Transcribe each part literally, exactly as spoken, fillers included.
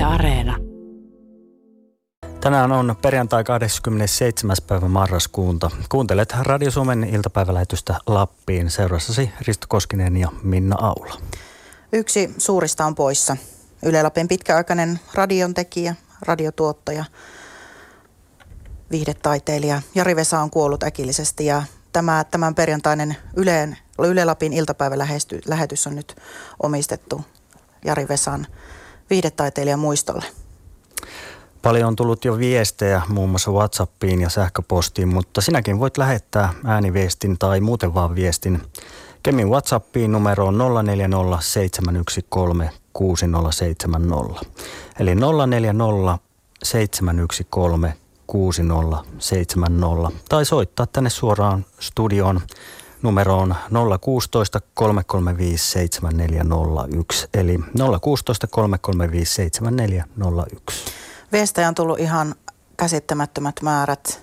Areena. Tänään on perjantai kahdeskymmenesseitsemäs päivä marraskuuta. Kuuntelet Radio Suomen iltapäivälähetystä Lappiin. Seurassasi Risto Koskinen ja Minna Aula. Yksi suurista on poissa. Yle Lapin pitkäaikainen radiontekijä, radiotuottaja, viihdetaiteilija Jari Vesa on kuollut äkillisesti ja tämä tämän perjantainen Yleen, Yle Lapin iltapäivälähetys on nyt omistettu Jari Vesan viihdetaiteilijan muistolle. Paljon on tullut jo viestejä muun muassa WhatsAppiin ja sähköpostiin, mutta sinäkin voit lähettää ääniviestin tai muuten vaan viestin Kemin WhatsAppiin numeroon nolla neljä nolla seitsemän yksi kolme kuusi nolla seitsemän nolla. Eli nolla neljä nolla seitsemän yksi kolme kuusi nolla seitsemän nolla. Tai soittaa tänne suoraan studioon numeroon nolla yksi kuusi kolme kolme viisi seitsemän neljä nolla yksi. Eli nolla yksi kuusi kolme kolme viisi seitsemän neljä nolla yksi. Viestejä on tullut ihan käsittämättömät määrät.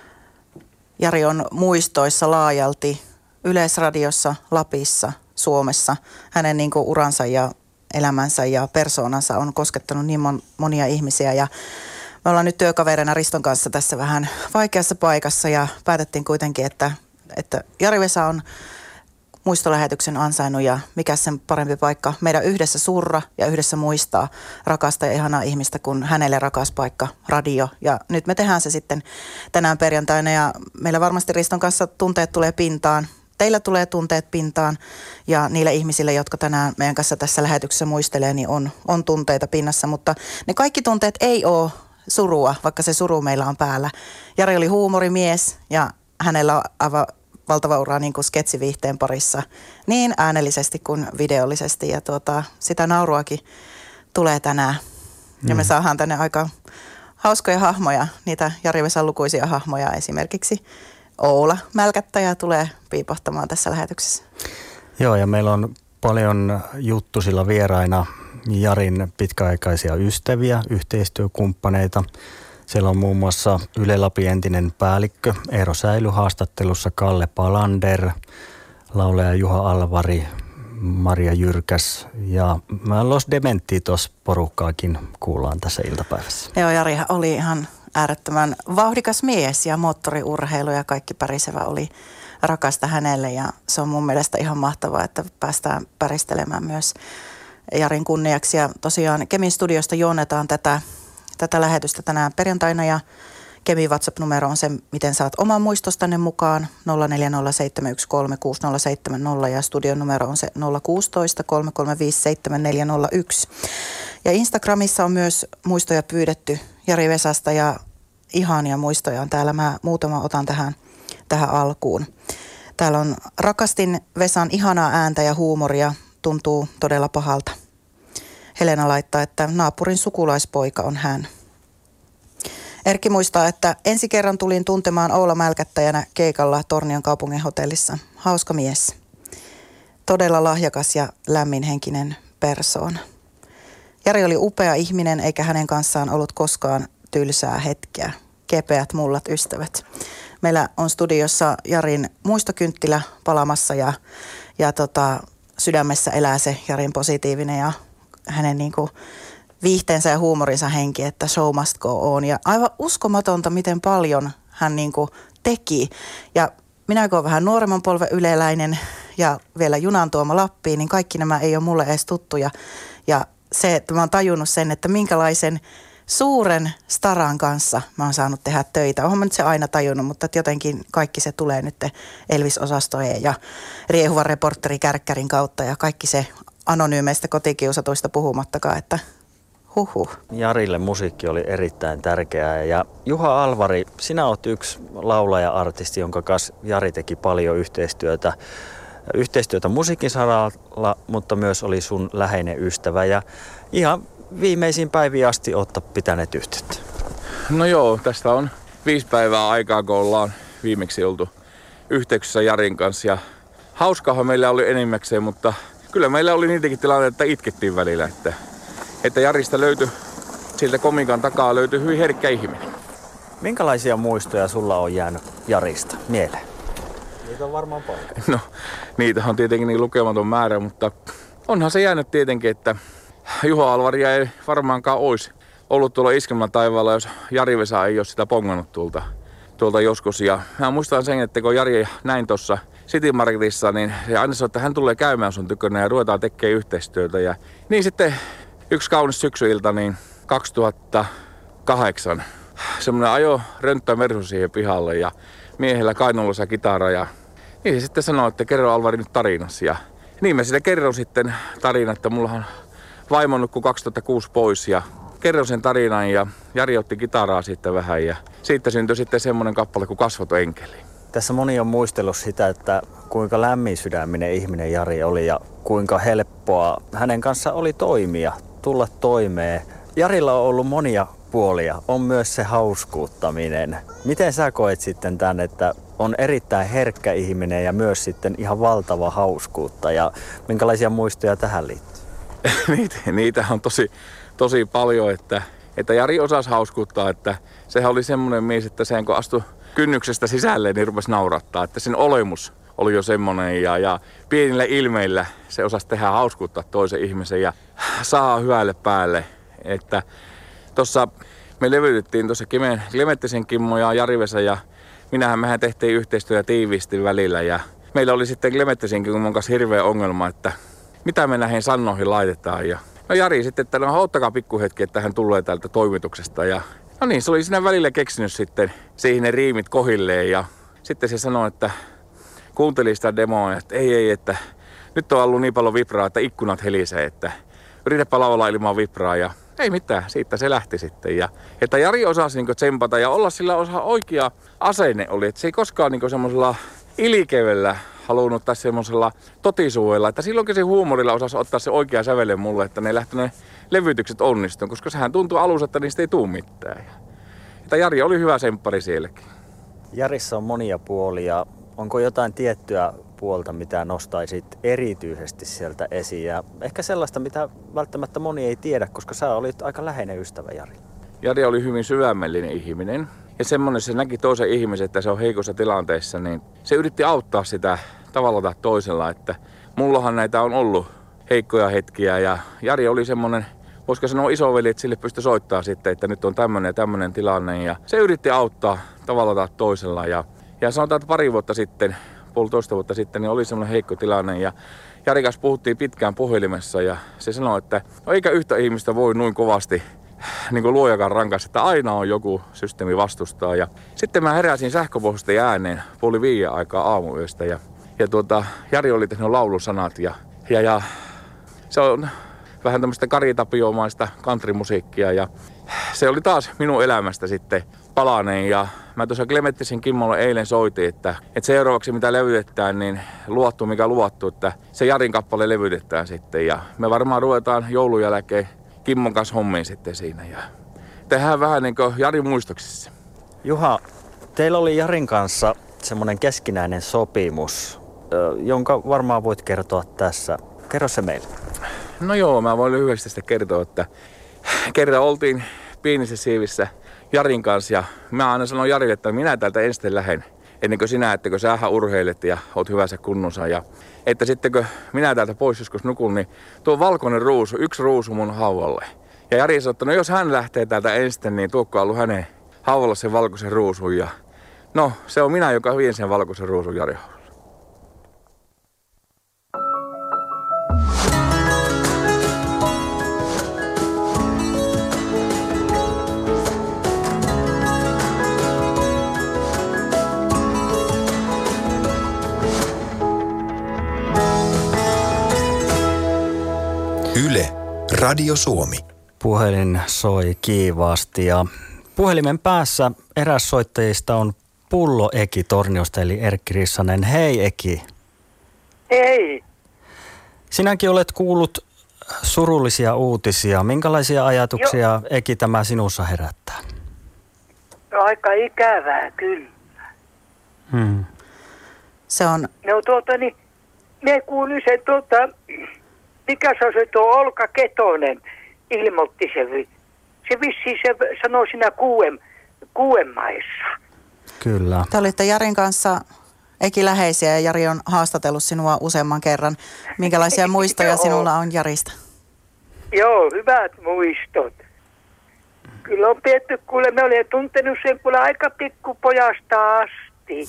Jari on muistoissa laajalti Yleisradiossa, Lapissa, Suomessa. Hänen niin kuin uransa ja elämänsä ja persoonansa on koskettanut niin mon, monia ihmisiä. Ja me ollaan nyt työkaverina Riston kanssa tässä vähän vaikeassa paikassa ja päätettiin kuitenkin, että, että Jari Vesa on muistolähetyksen ansainnut ja mikä sen parempi paikka meidän yhdessä surra ja yhdessä muistaa rakasta ja ihanaa ihmistä kuin hänelle rakas paikka, radio. Ja nyt me tehdään se sitten tänään perjantaina ja meillä varmasti Riston kanssa tunteet tulee pintaan. Teillä tulee tunteet pintaan ja niille ihmisille, jotka tänään meidän kanssa tässä lähetyksessä muistelee, niin on, on tunteita pinnassa. Mutta ne kaikki tunteet ei ole surua, vaikka se suru meillä on päällä. Jari oli huumorimies ja hänellä on aivan valtava ura niin kuin sketsiviihteen parissa niin äänellisesti kuin videollisesti. Ja tuota, sitä nauruakin tulee tänään. Ja me saadaan tänne aika hauskoja hahmoja, niitä Jari Vesan lukuisia hahmoja esimerkiksi. Oula Mälkättäjä tulee piipahtamaan tässä lähetyksessä. Joo, ja meillä on paljon juttusilla vieraina Jarin pitkäaikaisia ystäviä, yhteistyökumppaneita. Siellä on muun muassa Yle Lapin entinen päällikkö Eero Säily haastattelussa, Kalle Palander, laulaja Juha Alvari, Maria Jyrkäs ja Los Dementitos porukkaakin kuullaan tässä iltapäivässä. Joo, Jari oli ihan äärettömän vauhdikas mies ja moottoriurheilu ja kaikki pärisevä oli rakasta hänelle ja se on mun mielestä ihan mahtavaa, että päästään päristelemään myös Jarin kunniaksi. Ja tosiaan Kemin studiosta juonetaan tätä, tätä lähetystä tänään perjantaina ja Kemin WhatsApp-numero on se, miten saat oman muistos tänne mukaan nolla neljä nolla seitsemän yksi kolme kuusi nolla seitsemän nolla ja studion numero on se nolla yksi kuusi kolme kolme viisi seitsemän neljä nolla yksi. Ja Instagramissa on myös muistoja pyydetty Jari Vesasta ja ihania muistoja on täällä. Mä muutama otan tähän, tähän alkuun. Täällä on rakastin Vesan ihanaa ääntä ja huumoria, tuntuu todella pahalta. Helena laittaa, että naapurin sukulaispoika on hän. Erkki muistaa, että ensi kerran tulin tuntemaan Oula Mälkättäjänä keikalla Tornion kaupungin hotellissa. Hauska mies. Todella lahjakas ja lämminhenkinen persoona. Jari oli upea ihminen eikä hänen kanssaan ollut koskaan tylsää hetkeä. Kepeät mullat ystävät. Meillä on studiossa Jarin muistokynttilä palamassa ja, ja tota, sydämessä elää se Jarin positiivinen ja hänen niinku viihteensä ja huumorinsa henki, että show must go on. Ja aivan uskomatonta, miten paljon hän niinku teki. Ja minä kun olen vähän nuoremman polven yleläinen ja vielä junan tuoma Lappiin, niin kaikki nämä ei ole mulle edes tuttuja. Ja se, että mä oon tajunnut sen, että minkälaisen suuren staran kanssa mä oon saanut tehdä töitä. Oonhan mä nyt se aina tajunnut, mutta jotenkin kaikki se tulee nyt Elvis-osastojen ja riehuvan reporteri Kärkkärin kautta ja kaikki se anonyymeistä kotikiusatuista puhumattakaan, että huhhuh. Jarille musiikki oli erittäin tärkeää ja Juha Alvari, sinä oot yksi laulaja-artisti, jonka kanssa Jari teki paljon yhteistyötä. Yhteistyötä musiikin saralla, mutta myös oli sun läheinen ystävä ja ihan viimeisiin päiviin asti olette pitäneet yhteyttä. No joo, tästä on viisi päivää aikaa, kun ollaan viimeksi oltu yhteyksissä Jarin kanssa ja hauskaahan meillä oli enimmäkseen, mutta kyllä meillä oli niitäkin tilanteita, että itkettiin välillä, että, että Jarista löytyi, siltä komikan takaa löytyi hyvin herkkä ihminen. Minkälaisia muistoja sulla on jäänyt Jarista mieleen? Niitä on varmaan paljon. No, niitä on tietenkin niin lukematon määrä, mutta onhan se jäänyt tietenkin, että Juho Alvaria ei varmaankaan olisi ollut tuolla iskelmän taivaalla, jos Jari Vesa ei ole sitä pongannut tuolta, tuolta joskus. Ja mä muistan sen, että kun Jari näin tuossa City Marketissa, niin se aina sanoi, että hän tulee käymään sun tykönä ja ruvetaan tekemään yhteistyötä. Ja niin sitten yksi kaunis syksyilta, niin kaksituhattakahdeksan, semmoinen ajo rönttö Mersu siihen pihalle ja miehellä kainalossa kitara. Ja niin se sitten sanoi, että kerro Alvari nyt tarinasi. Ja niin mä sitä kerron sitten tarinan, että mulla on vaimo nukkui kaksituhattakuusi pois ja kerron sen tarinan ja Jari otti kitaraa sitten vähän ja siitä syntyi sitten semmoinen kappale kuin Kasvoton enkeli. Tässä moni on muistellut sitä, että kuinka lämmin sydäminen ihminen Jari oli ja kuinka helppoa hänen kanssa oli toimia, tulla toimeen. Jarilla on ollut monia puolia, on myös se hauskuuttaminen. Miten sä koet sitten tämän, että on erittäin herkkä ihminen ja myös sitten ihan valtava hauskuuttaja? Minkälaisia muistoja tähän liittyy? niitä, niitä on tosi, tosi paljon, että, että Jari osasi hauskuuttaa, että sehän oli semmoinen mies, että sen kun astui kynnyksestä sisälle, niin rupesi naurattaa, että sen olemus oli jo semmoinen ja, ja pienillä ilmeillä se osasi tehdä hauskuuttaa toisen ihmisen ja saa hyvälle päälle, että tuossa me levytettiin tuossa Klementtisen Kimmo ja Jari Vesa ja minähän mehän tehtiin yhteistyötä tiiviisti välillä ja meillä oli sitten Klementtisen Kimmon kanssa hirveä ongelma, että mitä me näihin sannoihin laitetaan ja no Jari sitten, että no ottakaa pikkuhetki, että hän tulee täältä toimituksesta ja no niin, se oli siinä välillä keksinyt sitten siihen ne riimit kohilleen ja sitten se sanoi, että kuunteli sitä demoa, että ei ei, että nyt on ollut niin paljon vibraa, että ikkunat helisee, että yritäpä laulaa ilman vibraa ja ei mitään, siitä se lähti sitten. Ja, että Jari osasi niin tsempata ja olla sillä osa oikea asenne oli, että se ei koskaan niin semmoisella ilikevellä halunnut tai semmoisella totisuudella, että silloinkin se huumorilla osasi ottaa se oikea sävele mulle, että ne lähti ne levytykset onnistumaan, koska sehän tuntuu alussa, että niistä ei tule mitään. Ja, että Jari oli hyvä semppari sielläkin. Jarissa on monia puolia. Onko jotain tiettyä puolta, mitä nostaisit erityisesti sieltä esiin? Ja ehkä sellaista, mitä välttämättä moni ei tiedä, koska sä olit aika läheinen ystävä, Jari. Jari oli hyvin sydämellinen ihminen. Ja semmoinen, se näki toisen ihmisen, että se on heikossa tilanteessa, niin se yritti auttaa sitä tavalla tai toisella. Että mullahan näitä on ollut heikkoja hetkiä ja Jari oli semmoinen, voisiko sanoa isoveli, että sille pystyi soittamaan sitten, että nyt on tämmöinen ja tämmöinen tilanne. Ja se yritti auttaa tavalla tai toisella. Ja, ja sanotaan, että pari vuotta sitten, puolitoista vuotta sitten, niin oli semmoinen heikko tilanne. Ja Jari kanssa puhuttiin pitkään puhelimessa ja se sanoi, että no eikä yhtä ihmistä voi noin kovasti niin kuin luojakaan rankas, että aina on joku systeemi vastustaa. Ja sitten mä heräsin sähköpostin ääneen puoli viiden aikaa aamuyöstä ja, ja tuota, Jari oli tehnyt laulusanat ja, ja, ja se on vähän tämmöistä Kari Tapiomaista countrymusiikkia ja se oli taas minun elämästä sitten palanen ja mä tuossa Klementtisen Kimmolle eilen soitin, että, että seuraavaksi mitä levytetään, niin luottu mikä luottu, että se Jarin kappale levytetään sitten ja me varmaan ruvetaan joulun jälkeen Kimmon kanssa hommiin sitten siinä ja tehdään vähän niin kuin Jari muistoksissa. Juha, teillä oli Jarin kanssa semmoinen keskinäinen sopimus, jonka varmaan voit kertoa tässä. Kerro se meille. No joo, mä voin lyhyesti sitä kertoa, että kerran oltiin pienissä siivissä Jarin kanssa ja mä aina sanon Jarille, että minä täältä ensin lähden ennen kuin sinä, että kun sähän urheilet ja oot hyvässä kunnossa ja että sitten kun minä täältä pois joskus nukun, niin tuo valkoinen ruusu, yksi ruusu mun hauvalle. Ja Jari sanoi, että no jos hän lähtee täältä ensin, niin tuokko ollut hänen hauvalle sen valkoisen ruusun ja no se on minä, joka vien sen valkoisen ruusun Jari hauvalle. Yle, Radio Suomi. Puhelin soi kiivaasti ja puhelimen päässä eräs soittajista on Pullo Eki Torniosta eli Erkki Rissanen. Hei Eki. Hei. Sinäkin olet kuullut surullisia uutisia. Minkälaisia ajatuksia jo. Eki tämä sinussa herättää? Aika ikävää kyllä. Hmm. Se on... No tuota niin, me kuulin se tuota... Mikä se on se tuo Olka Ketonen, ilmoitti se. Se vissiin se sanoi siinä kuuen, kuuen maissa. Kyllä. Te olitte Jarin kanssa Eki läheisiä ja Jari on haastatellut sinua useamman kerran. Minkälaisia muistoja sinulla on Jarista? Joo, hyvät muistot. Kyllä on pidetty, kuule, me olen tuntenut sen kuule aika pikkupojasta asti.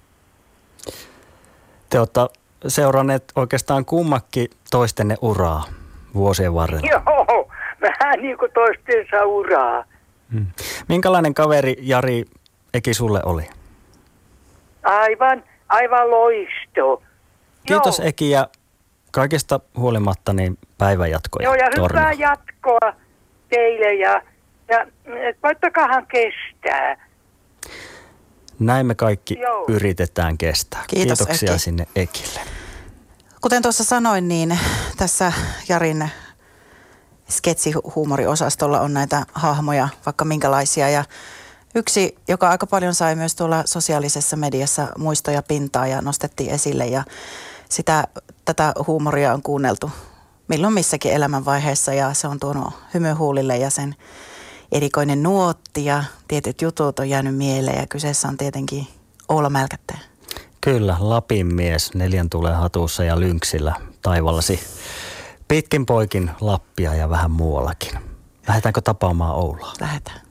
Te olette seuranneet oikeastaan kummakin toistenne uraa vuosien varrella. Joo, vähän niin kuin toistensa uraa. Hmm. Minkälainen kaveri Jari Eki sulle oli? Aivan, aivan loisto. Kiitos Joo. Eki ja kaikesta huolimatta niin päivänjatkoja. Joo, ja Tornioon. hyvää jatkoa teille ja, ja koittakahan kestää. Näin me kaikki Joo. yritetään kestää. Kiitos, Kiitoksia Eki. sinne Ekille. Kuten tuossa sanoin, niin tässä Jarin sketsihuumoriosastolla on näitä hahmoja vaikka minkälaisia. Ja yksi, joka aika paljon sai myös tuolla sosiaalisessa mediassa muistoja pintaa ja nostettiin esille. Ja sitä, tätä huumoria on kuunneltu milloin missäkin elämänvaiheessa ja se on tuonut hymyhuulille ja sen erikoinen nuotti ja tietyt jutut on jäänyt mieleen ja kyseessä on tietenkin Oula Mälkättäjä. Kyllä, Lapin mies neljän tulen hatussa ja lynksillä taivallasi pitkin poikin Lappia ja vähän muuallakin. Lähdetäänkö tapaamaan Oulaa? Lähdetään.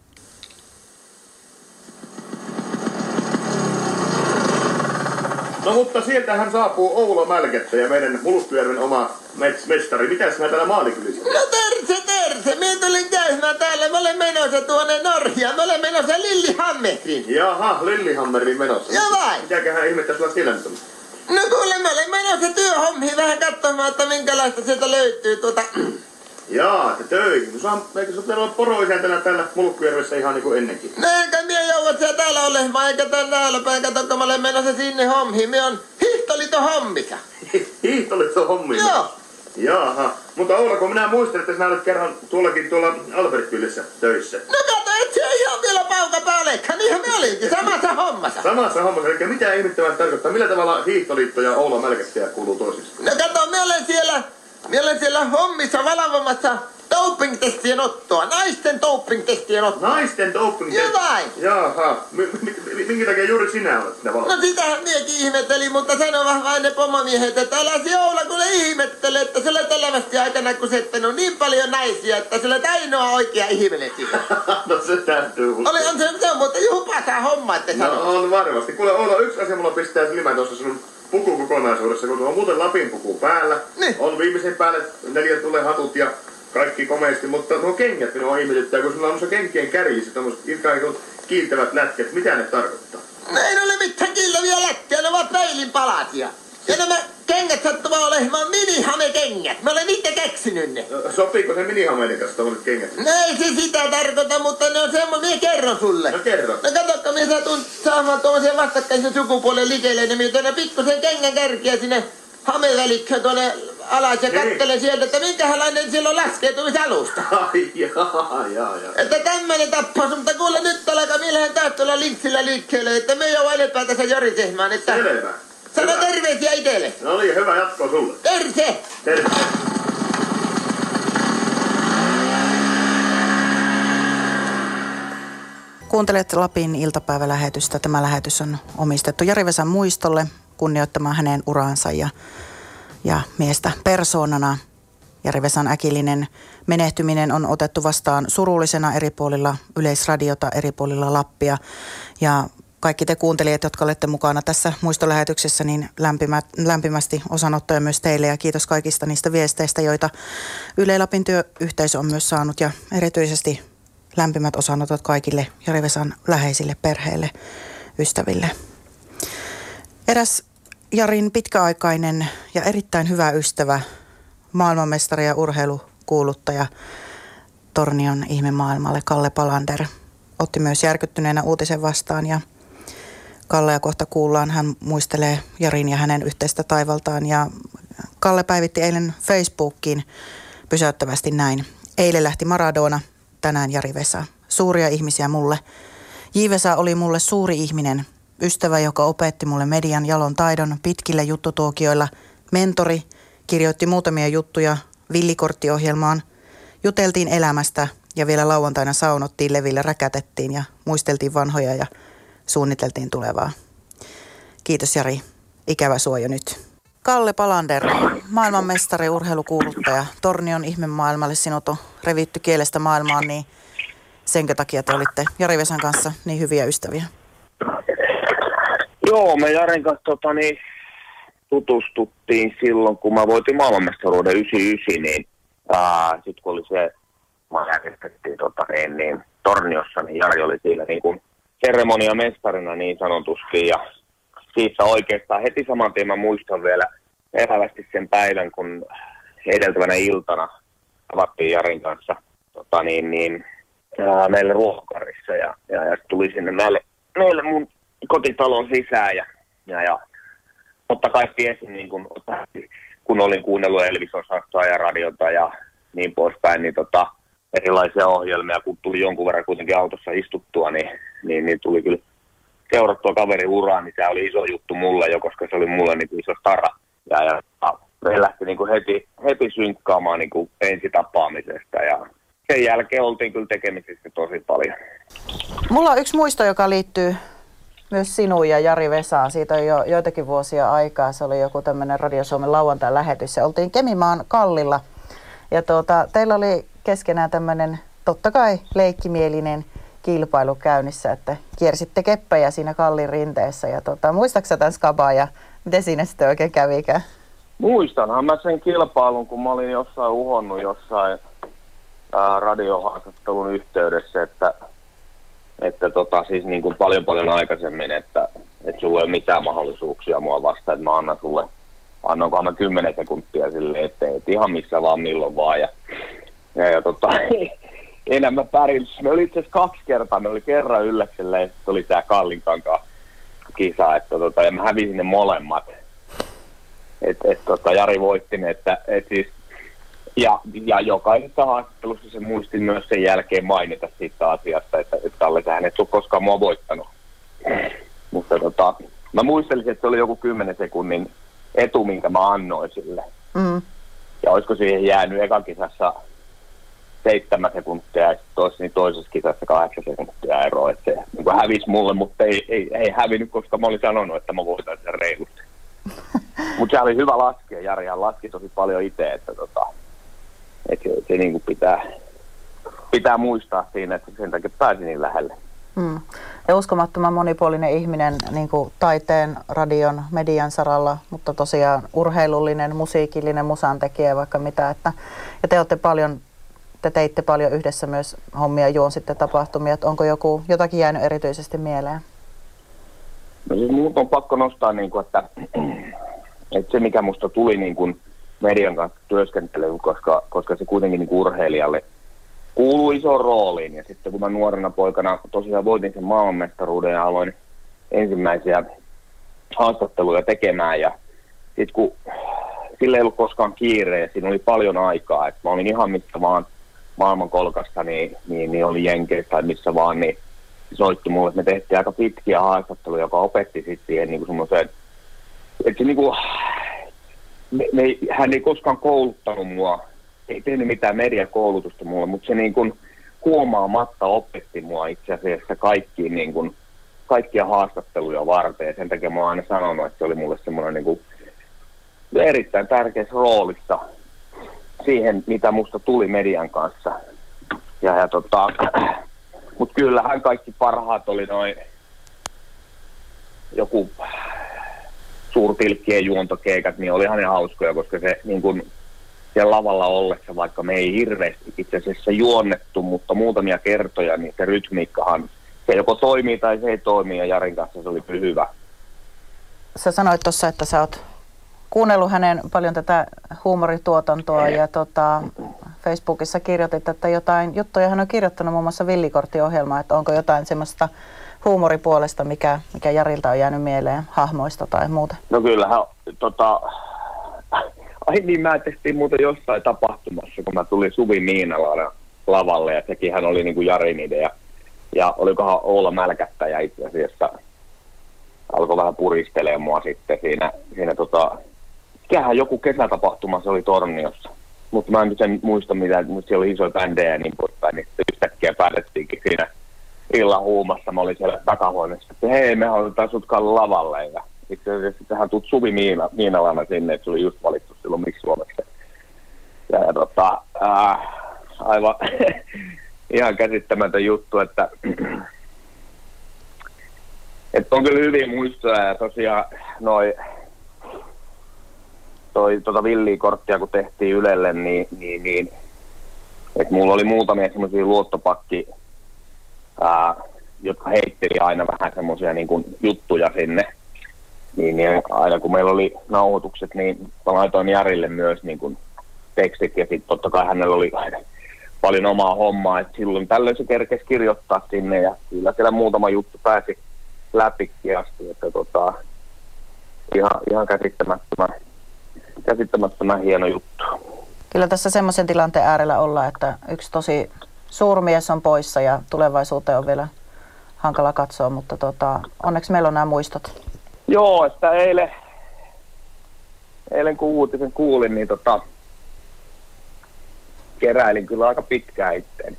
No mutta sieltähän saapuu Oula Mälkättäjä, meidän Hulppujärven oma mets- mestari. Mitäs mä täällä maalikylissä? No terse, terse. Minä tulin käymään täällä. Mä olen menossa tuonne Norjaan. Mä olen menossa Lillehammerin. Jaha, Lillehammerin menossa. Ja vai? Mitäköhän ihmettä sulla siellä nyt on? No kuule, mä olen menossa työhommiin vähän katsomaan, että minkälaista sieltä löytyy tuota... Jaa, että töihin. No saa, eikö sun pitää olla poroisäntänä täällä Mulkkujärvessä ihan niin kuin ennenkin? No enkä minä joudu siellä täällä olemaan, eikä täällä päin. Kato, kun mä olen menossa sinne hommiin. Minä on Hiihtoliiton hommissa. Hiihtoliiton hommissa? Joo. Jaha. Mutta Oula, kun minä muistan, että sinä olet kerran tuollakin tuolla Albertkylissä töissä. No kato, et se ihan vielä pauka päällekaan. Niinhän me olinkin samassa hommassa. Samassa hommassa, eli mitä ihmettävää tarkoittaa? Millä tavalla Hiihtoliitto ja Oula Mälkättäjä kuuluu toisiksi? No kato, mä olen siellä, mä olen siellä hommissa valvomassa doping-testien ottoa. Naisten doping-testien ottoa. Naisten doping. Joo vai? Jaha. M- m- minkä takia juuri sinä olet sitä valvonut? No sitähän miekin ihmetteli, mutta sano vähän ne pomomiehet, että älä se Oula kun ne ihmettele, että sä olet elävästi aikana kusettanut niin paljon naisia, että sä olet ainoa oikea ihminen siinä. No se täytyy uskoa. Oli, on se, se on mutta juhupaasaa homma, että No sano. on varmasti. Kuule Oula, yksi asia mulla pistää silmään tuossa sun pukukokonaisuudessa, kun on muuten Lapin puku päällä. Niin. On viimeisen päälle neljän tulee hatut ja kaikki komeasti, mutta nuo kengät minua ihmetyttää, kun sulla on se kenkien kärjissä tommoset ikään kuin kiiltävät lätkät. Mitä ne tarkoittaa? No ei ne ole mitään kiltäviä lätkiä, ne ovat peilin palasia. Ja nämä kengät sattuvat olemaan minihame-kengät. Mä olen itse keksinyt ne. No, sopiiko se minihameiden kanssa tommoset kengät? No ei se sitä tarkoita, mutta ne on semmoinen, minä kerron sulle. No kerro. No katsokka, minä satun saamaan tuommoisen vastakkaisen sukupuolen likelleen, niin minä tuonne pikkusen kengän kärkiä sinne hamevälikköön tuonne alas ja Niin. kattelen sieltä, että minkälainen siellä on laskeutumisalusta. Ai jaa, jaa, jaa. Että tämmönen tappaus, mutta kuule nyt alkaa mielähän taas tuolla linksillä liikkeelle, että me joudu enempää tässä jorisehmaan, että Selvä. sano Hyvä. terveisiä itelle. No niin, hyvä jatkoa sulle. Terse! Terve. Kuuntelet Lapin iltapäivälähetystä. Tämä lähetys on omistettu Jari Vesan muistolle kunnioittamaan hänen uraansa ja, ja miestä persoonana. Jari Vesan äkillinen menehtyminen on otettu vastaan surullisena eri puolilla Yleisradiota, eri puolilla Lappia. Ja kaikki te kuuntelijat, jotka olette mukana tässä muistolähetyksessä, niin lämpimät, lämpimästi osanottoja myös teille. Ja kiitos kaikista niistä viesteistä, joita Yle Lapin työyhteisö on myös saanut. Ja erityisesti lämpimät osanotot kaikille Jari Vesan läheisille perheille, ystäville. Eräs Jarin pitkäaikainen ja erittäin hyvä ystävä, maailmanmestari ja urheilukuuluttaja Tornion ihmemaailmalle Kalle Palander otti myös järkyttyneenä uutisen vastaan ja Kallea kohta kuullaan. Hän muistelee Jarin ja hänen yhteistä taivaltaan ja Kalle päivitti eilen Facebookiin pysäyttävästi näin. Eilen lähti Maradona, tänään Jari Vesa. Suuria ihmisiä mulle. J. Vesa oli mulle suuri ihminen, ystävä, joka opetti mulle median jalon taidon pitkillä juttutuokioilla, mentori, kirjoitti muutamia juttuja villikorttiohjelmaan, juteltiin elämästä ja vielä lauantaina saunottiin, levillä räkätettiin ja muisteltiin vanhoja ja suunniteltiin tulevaa. Kiitos Jari, ikävä suoja nyt. Kalle Palander, maailmanmestari, urheilukuuluttaja, Tornion ihmemaailmalle sinut on revitty kielestä maailmaan, niin senkö takia te olitte Jari Vesan kanssa niin hyviä ystäviä? Joo, me Jarin kanssa tota, niin, tutustuttiin silloin, kun mä voitin maailmanmestaruuden yhdeksänkymmentäyhdeksän, niin sitten kun oli se, mä järjestettiin tota, niin, niin, Torniossa, niin Jari oli siinä niin kuin seremoniamestarina niin sanotusti, ja siitä oikeastaan heti saman tien mä muistan vielä elävästi sen päivän, kun edeltävänä iltana tavattiin Jarin kanssa tota, niin, niin, ää, meille ruokakarissa, ja, ja, ja tuli sinne meille, meille mun kotitalon sisään, ja, ja, ja totta kai tiesin, niin kun, kun olin kuunnellut Elvis-osastoa ja radiota ja niin poispäin, niin tota, erilaisia ohjelmia, kun tuli jonkun verran kuitenkin autossa istuttua, niin, niin, niin tuli kyllä seurattua kaverin uraan, niin se oli iso juttu mulle jo, koska se oli mulle niin kuin iso stara. Ja, ja me lähti niin kuin heti, heti synkkaamaan niin kuin ensitapaamisesta, ja sen jälkeen oltiin kyllä tekemisissä tosi paljon. Mulla on yksi muisto, joka liittyy myös sinuun ja Jari Vesaan. Siitä on jo joitakin vuosia aikaa. Se oli joku tämmöinen Radio Suomen lauantai lähetys. Ja oltiin Kemimaan Kallilla. Ja tuota, teillä oli keskenään tämmöinen totta kai leikkimielinen kilpailu käynnissä, että kiersitte keppejä siinä Kallin rinteessä. Ja tuota, muistaaksä tämän skabaa ja miten siinä sitten oikein kävikään? Muistanhan mä sen kilpailun, kun mä olin jossain uhonnut jossain ää, radiohaastattelun yhteydessä, että Että tota, siis niin kuin paljon paljon aikaisemmin, että, että sulla ei ole mitään mahdollisuuksia mua vastaan, että mä annan sulle, annankohan mä kymmenen sekuntia sille eteen, että ihan missä vaan milloin vaan. Ja, ja, ja tota, enää mä pärjäsin, me oli itse asiassa kaksi kertaa, me oli kerran ylläkselle, ja sitten oli tää Kallinkankaan kisa, että tota, ja mä hävisin ne molemmat. Että et, tota, Jari voitti ne, että et siis Ja, ja jokaisessa haastattelussa se muistin myös sen jälkeen mainita siitä asiasta, että, että Kalle, sähän et ole koskaan mua voittanut. Mutta tota, mä muistelisin, että se oli joku kymmenen sekunnin etu, minkä mä annoin sille. Mm. Ja olisiko siihen jäänyt ekan kisassa seitsemän sekuntia ja tois, niin toisessa kisassa kahdeksan sekuntia eroa. Että se niin hävisi mulle, mutta ei, ei, ei hävinnyt, koska mä olin sanonut, että mä voitan sen reilusti. Mutta se oli hyvä laskea. Jarihan laski tosi paljon itse, että tota... Että se, se niin kuin pitää, pitää muistaa siinä, että sen takia pääsi niin lähelle. Mm. Ja uskomattoman monipuolinen ihminen niin kuin taiteen, radion, median saralla, mutta tosiaan urheilullinen, musiikillinen, musantekijä vaikka mitä. Että, ja te olette paljon, te teitte paljon yhdessä myös hommia, juonsitte tapahtumia. Että onko joku, jotakin jäänyt erityisesti mieleen? No siis minun on pakko nostaa, niin kuin, että, että se mikä musta tuli niin kuin median kanssa työskentelyyn, koska, koska se kuitenkin niin urheilijalle kuuluu isoon rooliin. Ja sitten kun mä nuorena poikana tosiaan voitin sen maailmanmestaruuden ja aloin ensimmäisiä haastatteluja tekemään. Ja sitten kun sillä ei ollut koskaan kiire ja siinä oli paljon aikaa, että mä olin ihan missä vaan maailmankolkassa, niin, niin, niin oli Jenkeissä tai missä vaan, niin soitti mulle, että me tehtiin aika pitkiä haastatteluja, joka opetti sitten siihen niin kuin semmoiseen, että se niin kuin Me, me, hän ei koskaan kouluttanut mua, ei tehnyt mitään mediakoulutusta mulle, mutta se niin kuin huomaamatta opetti mua itse asiassa kaikkiin, niin kuin, kaikkia haastatteluja varten. Ja sen takia mä oon aina sanonut, että se oli mulle semmoinen niin kuin erittäin tärkeässä roolissa siihen, mitä musta tuli median kanssa. Ja, ja tota, mutta kyllähän kaikki parhaat oli noin joku suurtilkkien juontokeikat, niin olihan ne hauskoja, koska se niin kun siellä lavalla ollessa, vaikka me ei hirveästi itse asiassa juonnettu, mutta muutamia kertoja, niin se rytmiikkahan, se joko toimii tai se ei toimi, ja Jarin kanssa se oli hyvä. Sä sanoit tuossa, että sä oot kuunnellut hänen paljon tätä huumorituotantoa, ja tota, Facebookissa kirjoitit, että jotain juttuja hän on kirjoittanut muun muassa Villikortti-ohjelmaa, että onko jotain semmoista huumoripuolesta, mikä, mikä Jarilta on jäänyt mieleen, hahmoista tai muuta? No kyllähän, tota, ai niin, mä tehtiin muuten jossain tapahtumassa, kun mä tulin Suvi Miinalana lavalle, ja sekin hän oli niin kuin Jarin idea. Ja olikohan Oula Mälkättäjä itse asiassa, alkoi vähän puristelemaan mua sitten siinä, siinä tota, mikähän joku kesätapahtuma se oli Torniossa. Mutta mä en nyt en muista mitään, mutta siellä oli isoja bändejä ja niin poispäin, niin yhtäkkiä päätettiinkin siinä illan huumassa. Mä olin siellä takahuoneessa, että hei, me otetaan sut Kalle lavalle. Ja, itse asiassa tähän tuut Suvi Miina, Miinalana sinne, että se oli just valittu silloin Miksi Suomeksi. Ja, ja tota, äh, aivan ihan käsittämätön juttu, että, että on kyllä hyviä muistoja ja tosiaan noi, toi tota villikorttia kun tehtiin Ylelle, niin, niin, niin että mulla oli muutamia semmoisia luottopakki, ää, jotka heitteli aina vähän semmoisia niin kuin juttuja sinne. Niin, niin aina kun meillä oli nauhoitukset, niin mä laitoin Jarille myös niin kuin tekstit ja sitten totta kai hänellä oli paljon omaa hommaa, että silloin tällöin se kerkesi kirjoittaa sinne ja kyllä siellä muutama juttu pääsi läpikin asti, että tota, ihan, ihan käsittämättömän, käsittämättömän hieno juttu. Kyllä tässä semmoisen tilanteen äärellä olla, että yksi tosi suurmies on poissa ja tulevaisuuteen on vielä hankala katsoa, mutta tota, onneksi meillä on nämä muistot. Joo, että eilen, eilen kun uutisen kuulin, niin tota, keräilin kyllä aika pitkään itteeni.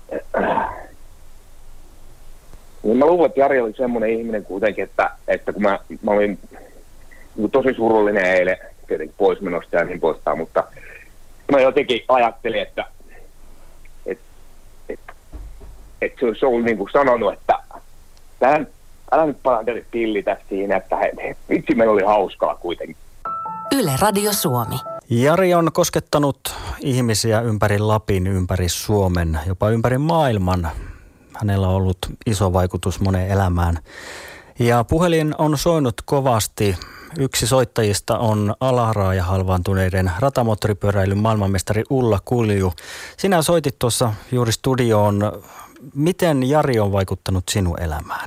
Niin mä luulen, että Jari oli semmoinen ihminen kuitenkin, että, että kun mä, mä olin tosi surullinen eilen tietenkin poismenosta ja niin poistaan, mutta mä jotenkin ajattelin, että et, et, et se olisi ollut niin kuin sanonut, että älä, älä nyt palanteli pillitä siinä, että he, he, vitsi meillä oli hauskaa kuitenkin. Yle Radio Suomi. Jari on koskettanut ihmisiä ympäri Lapin, ympäri Suomen, jopa ympäri maailman. Hänellä on ollut iso vaikutus moneen elämään. Ja puhelin on soinut kovasti. Yksi soittajista on alaraaja halvaantuneiden ratamoottoripyöräilyn maailmanmestari Ulla Kulju. Sinä soitit tuossa juuri studioon. Miten Jari on vaikuttanut sinun elämään?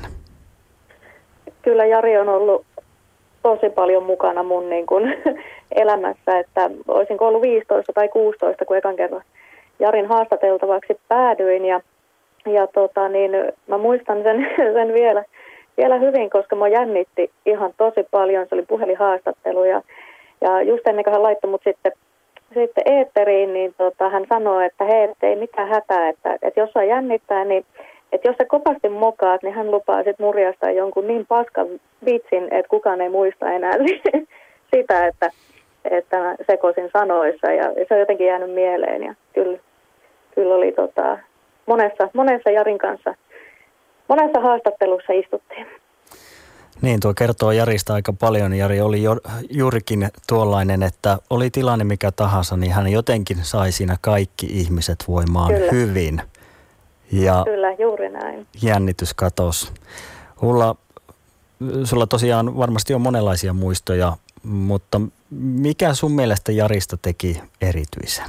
Kyllä Jari on ollut tosi paljon mukana mun niin kuin elämässä, että olisinko ollut viisitoista tai kuusitoista, kun ekan kerran Jarin haastateltavaksi päädyin ja, ja tota, niin, mä muistan sen, sen vielä, vielä hyvin, koska mä jännitti ihan tosi paljon, se oli puhelinhaastattelu ja, ja just ennen kuin hän laittoi mut sitten, sitten eetteriin, niin tota, hän sanoi, että hei, ei mitään hätää, että, että jos saa jännittää, niin että jos sä kovasti mokaat, niin hän lupaa sitten murjastaa jonkun niin paskan vitsin, että kukaan ei muista enää sitä, että, että mä sekoisin sanoissa. Ja se on jotenkin jäänyt mieleen. Ja kyllä, kyllä oli tota, monessa, monessa Jarin kanssa, monessa haastattelussa istuttiin. Niin, tuo kertoo Jarista aika paljon. Jari oli jo, juurikin tuollainen, että oli tilanne mikä tahansa, niin hän jotenkin sai siinä kaikki ihmiset voimaan Kyllä. hyvin. Ja Kyllä, juuri näin. Jännitys katosi. Ulla, sulla tosiaan varmasti on monenlaisia muistoja, mutta mikä sun mielestä Jarista teki erityisen?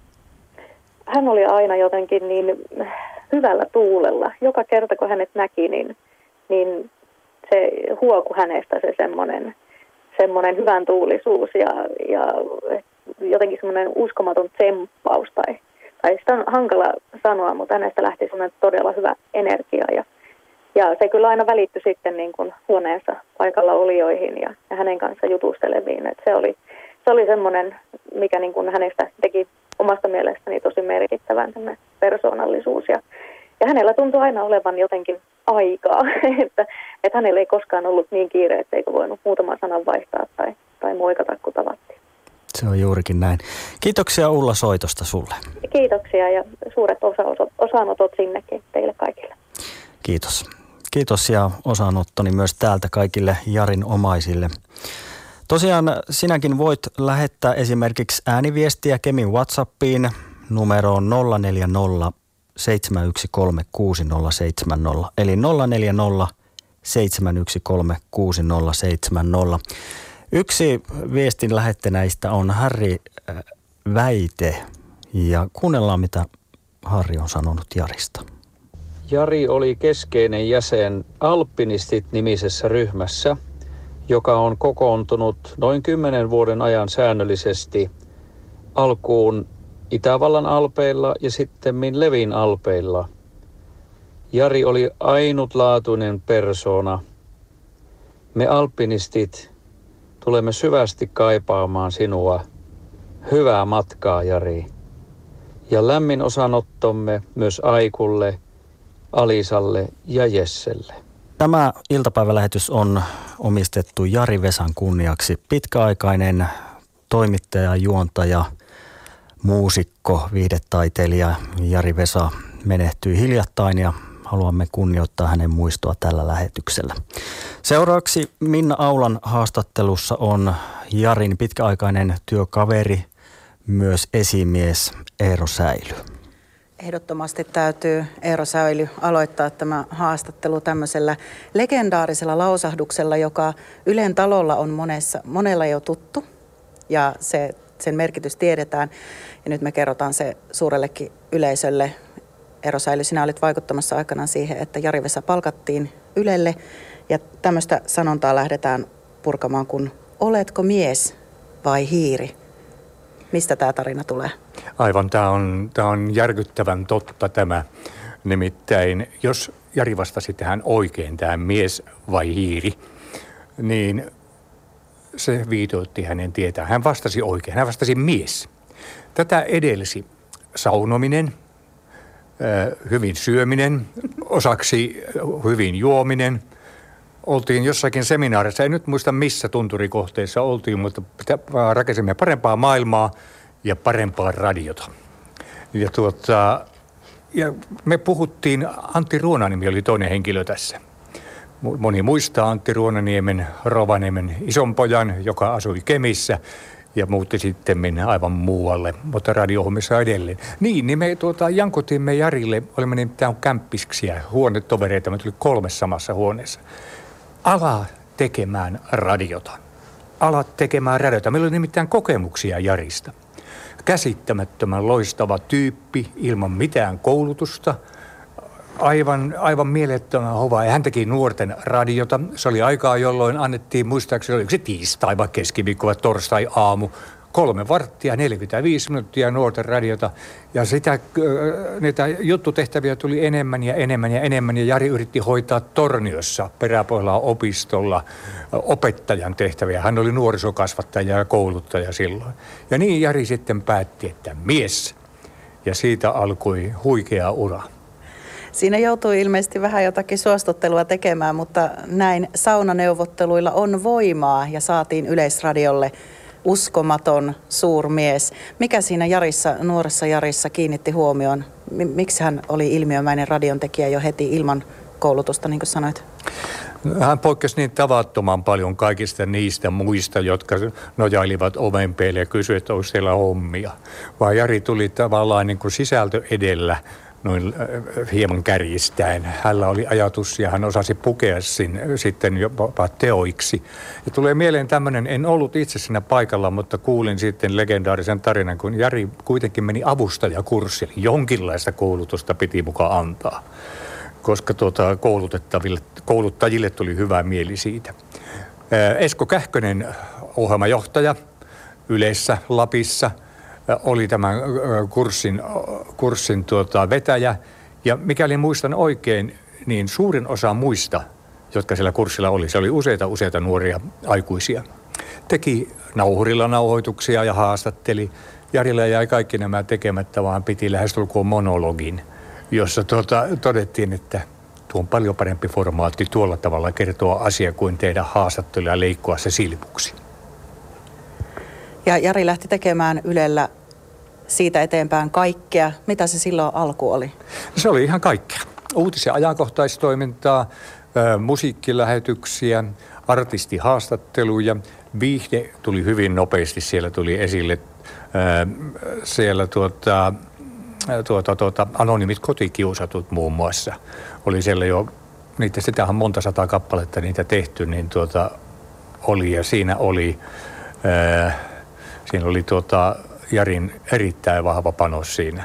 Hän oli aina jotenkin niin hyvällä tuulella. Joka kerta kun hänet näki, niin, niin se huokui hänestä se semmoinen, semmoinen hyvän tuulisuus ja, ja jotenkin semmoinen uskomaton tsemppaus tai Tai sitä on hankala sanoa, mutta hänestä lähti semmoinen todella hyvä energia. Ja, ja se kyllä aina välittyi sitten niin kuin huoneensa paikalla olijoihin ja, ja hänen kanssa jutusteleviin. Et se oli, se oli semmoinen, mikä niin kuin hänestä teki omasta mielestäni tosi merkittävän persoonallisuus. Ja, ja hänellä tuntui aina olevan jotenkin aikaa, että, että hänellä ei koskaan ollut niin kiire, etteikö voinut muutaman sanan vaihtaa tai, tai moikata, kun tavattiin. Se on juurikin näin. Kiitoksia Ulla soitosta sulle. Kiitoksia ja suuret osa- osanotot sinnekin teille kaikille. Kiitos. Kiitos ja osanottoni myös täältä kaikille Jarin omaisille. Tosiaan sinäkin voit lähettää esimerkiksi ääniviestiä Kemin WhatsAppiin numeroon nolla neljä nolla seitsemän yksi kolme kuusi nolla seitsemän nolla eli nolla neljä nolla seitsemän yksi kolme kuusi nolla seitsemän nolla. Yksi viestin lähettäneistä on Harri Väite ja kuunnellaan mitä Harri on sanonut Jarista. Jari oli keskeinen jäsen Alpinistit-nimisessä ryhmässä, joka on kokoontunut noin kymmenen vuoden ajan säännöllisesti alkuun Itävallan alpeilla ja sittemmin Levin alpeilla. Jari oli ainutlaatuinen persoona. Me alpinistit tulemme syvästi kaipaamaan sinua. Hyvää matkaa, Jari. Ja lämmin osanottomme myös Aikulle, Alisalle ja Jesselle. Tämä iltapäivälähetys on omistettu Jari Vesan kunniaksi. Pitkäaikainen toimittaja, juontaja, muusikko, viihdetaiteilija Jari Vesa menehtyi hiljattain ja haluamme kunnioittaa hänen muistoa tällä lähetyksellä. Seuraavaksi Minna Aulan haastattelussa on Jarin pitkäaikainen työkaveri, myös esimies Eero Säily. Ehdottomasti täytyy Eero Säily aloittaa tämä haastattelu tämmöisellä legendaarisella lausahduksella, joka Ylen talolla on monessa, monella jo tuttu ja se, sen merkitys tiedetään. Ja nyt me kerrotaan se suurellekin yleisölle. Eero Säily, sinä olit vaikuttamassa aikanaan siihen, että Jari Vesa palkattiin Ylelle ja tämmöistä sanontaa lähdetään purkamaan kuin oletko mies vai hiiri? Mistä tämä tarina tulee? Aivan, tämä on, tämä on järkyttävän totta tämä. Nimittäin, jos Jari vastasi tähän oikein, tämä mies vai hiiri, niin se viitoitti hänen tietään. Hän vastasi oikein, hän vastasi mies. Tätä edelsi saunominen, hyvin syöminen, osaksi hyvin juominen. Oltiin jossakin seminaarissa, en nyt muista missä tunturikohteessa oltiin, mutta rakensimme parempaa maailmaa ja parempaa radiota. Ja, tuota, ja me puhuttiin, Antti Ruonaniemi oli toinen henkilö tässä. Moni muistaa Antti Ruonaniemen, Rovaniemen isonpojan, joka asui Kemissä ja muutti sitten aivan muualle, mutta radiohommissa edelleen. Niin, niin me tuota, jankutimme Jarille, olimme nimittäin kämppiksiä, huonetovereita, me tuli kolme samassa huoneessa. Ala tekemään radiota. Ala tekemään radiota. Meillä oli nimittäin kokemuksia Jarista. Käsittämättömän loistava tyyppi ilman mitään koulutusta. Aivan, aivan mielettömän hova. Ja hän teki nuorten radiota. Se oli aikaa, jolloin annettiin, muistaakseni oliko se tiistai vai keskiviikko vai torstai aamu. Kolme varttia, neljäkymmentäviisi minuuttia nuorten radiota. Ja sitä, niitä juttutehtäviä tuli enemmän ja enemmän ja enemmän. Ja Jari yritti hoitaa Torniossa Peräpohjolan opistolla opettajan tehtäviä. Hän oli nuorisokasvattaja ja kouluttaja silloin. Ja niin Jari sitten päätti, että mies. Ja siitä alkoi huikea ura. Siinä joutui ilmeisesti vähän jotakin suostuttelua tekemään, mutta näin saunaneuvotteluilla on voimaa ja saatiin Yleisradiolle uskomaton suurmies. Mikä siinä Jarissa, nuoressa Jarissa kiinnitti huomioon? Miksi hän oli ilmiömäinen radiontekijä jo heti ilman koulutusta, niin kuin sanoit? Hän poikkesi niin tavattoman paljon kaikista niistä muista, jotka nojailivat ovenpeille ja kysyivät, että olisi siellä hommia. Vaan Jari tuli tavallaan niin kuin sisältö edellä, noin hieman kärjistäen. Hänellä oli ajatus ja hän osasi pukea sin, sitten jopa teoiksi. Ja tulee mieleen tämmöinen, en ollut itse siinä paikalla, mutta kuulin sitten legendaarisen tarinan, kun Jari kuitenkin meni avustajakurssille. Jonkinlaista koulutusta piti mukaan antaa, koska tuota, koulutettaville, kouluttajille tuli hyvä mieli siitä. Esko Kähkönen, ohjelmajohtaja Ylessä Lapissa, oli tämän kurssin, kurssin tuota, vetäjä. Ja mikäli muistan oikein, niin suurin osa muista, jotka siellä kurssilla oli, se oli useita useita nuoria aikuisia. Teki nauhurilla nauhoituksia ja haastatteli. Jarilla jäi kaikki nämä tekemättä, vaan piti lähestulkoon monologin, jossa tuota, todettiin, että tuo on paljon parempi formaatti tuolla tavalla kertoa asia kuin tehdä haastattelua ja leikkoa se silpuksi. Ja Jari lähti tekemään Ylellä siitä eteenpäin kaikkea. Mitä se silloin alku oli? Se oli ihan kaikkea. Uutis- ja ajankohtaistoimintaa, musiikkilähetyksiä, artistihaastatteluja. Viihde tuli hyvin nopeasti. Siellä tuli esille siellä tuota, tuota, tuota, anonyymit kotikiusatut muun muassa. Oli siellä jo, niitä sitähän monta sataa kappaletta niitä tehty, niin tuota, oli ja siinä oli... Ää, Siinä oli tuota Jarin erittäin vahva panos siinä.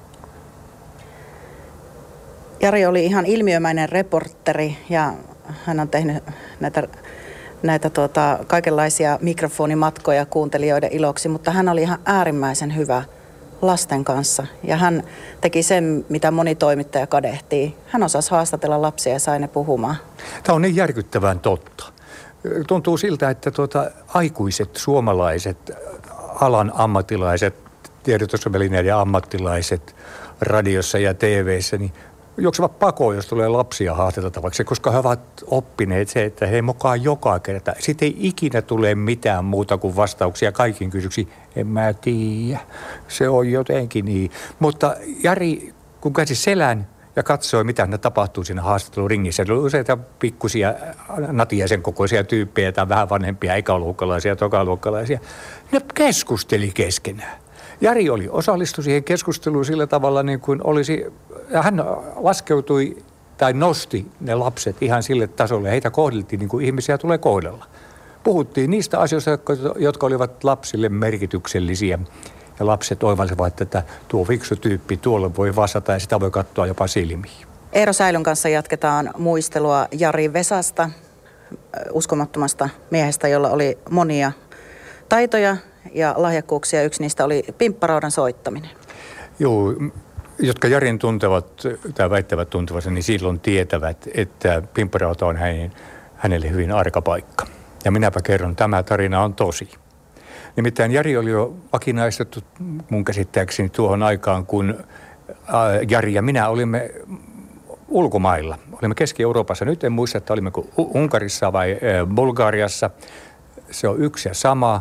Jari oli ihan ilmiömäinen reporteri ja hän on tehnyt näitä, näitä tuota, kaikenlaisia mikrofonimatkoja kuuntelijoiden iloksi, mutta hän oli ihan äärimmäisen hyvä lasten kanssa. Ja hän teki sen, mitä moni toimittaja kadehtii. Hän osasi haastatella lapsia ja sai ne puhumaan. Tämä on niin järkyttävän totta. Tuntuu siltä, että tuota, aikuiset suomalaiset alan ammattilaiset, tiedotusvälineiden ammattilaiset radiossa ja T V:ssä, niin juoksevat pakoon, jos tulee lapsia haastateltavaksi, koska he ovat oppineet se, että he mukaan joka kerta. Sitten ei ikinä tule mitään muuta kuin vastauksia kaikkiin kysymyksiin. En mä tiedä, se on jotenkin niin. Mutta Jari, kun käsi selän ja katsoi, mitä ne tapahtuu siinä haastatteluringissä. Oli useita pikkusia natiaisen kokoisia tyyppejä tai vähän vanhempia ikäluokkalaisia, tokaluokkalaisia. Ne keskusteli keskenään. Jari oli osallistu siihen keskusteluun sillä tavalla, niin kuin olisi, hän laskeutui tai nosti ne lapset ihan sille tasolle. Heitä kohdeltiin niin kuin ihmisiä tulee kohdella. Puhuttiin niistä asioista, jotka olivat lapsille merkityksellisiä. Ja lapset oivalsivat, että tuo fiksu tyyppi tuolle voi vastata ja sitä voi katsoa jopa silmiin. Eero Säilön kanssa jatketaan muistelua Jari Vesasta, uskomattomasta miehestä, jolla oli monia taitoja ja lahjakkuuksia. Yksi niistä oli pimpparaudan soittaminen. Joo, jotka Jarin tuntevat tai väittävät tuntevansa, niin silloin tietävät, että pimpparauta on hänen, hänelle hyvin arka paikka. Ja minäpä kerron, tämä tarina on tosi. Nimittäin Jari oli jo vakinaistettu mun käsittääkseni tuohon aikaan, kun Jari ja minä olimme ulkomailla. Olimme Keski-Euroopassa. Nyt en muista, että olimmeko Unkarissa vai Bulgariassa. Se on yksi ja sama.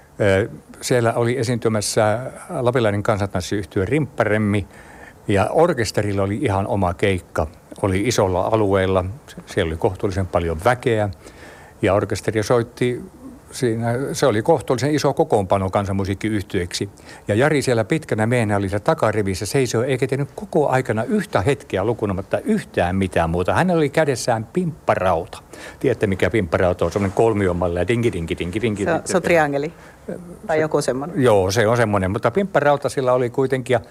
Siellä oli esiintymässä lapilainen kansantanssiyhtye Rimpparemmi ja orkesterilla oli ihan oma keikka. Oli isolla alueella. Siellä oli kohtuullisen paljon väkeä ja orkesteri soitti. Siinä, se oli kohtuullisen iso kokoonpano kansanmusiikkiyhtyeeksi. Ja Jari siellä pitkänä miehenä oli siellä takarivissä seisoi, eikä tehnyt koko aikana yhtä hetkeä lukunomatta yhtään mitään muuta. Hänellä oli kädessään pimpparauta. Tiedätte, mikä pimpparauta on? Semmoinen kolmiomalle ja dingi, dingi, dingi, dingi. Se, se on triangeli tai joku semmoinen. Joo, se on semmoinen, mutta pimpparauta sillä oli kuitenkin. Ja,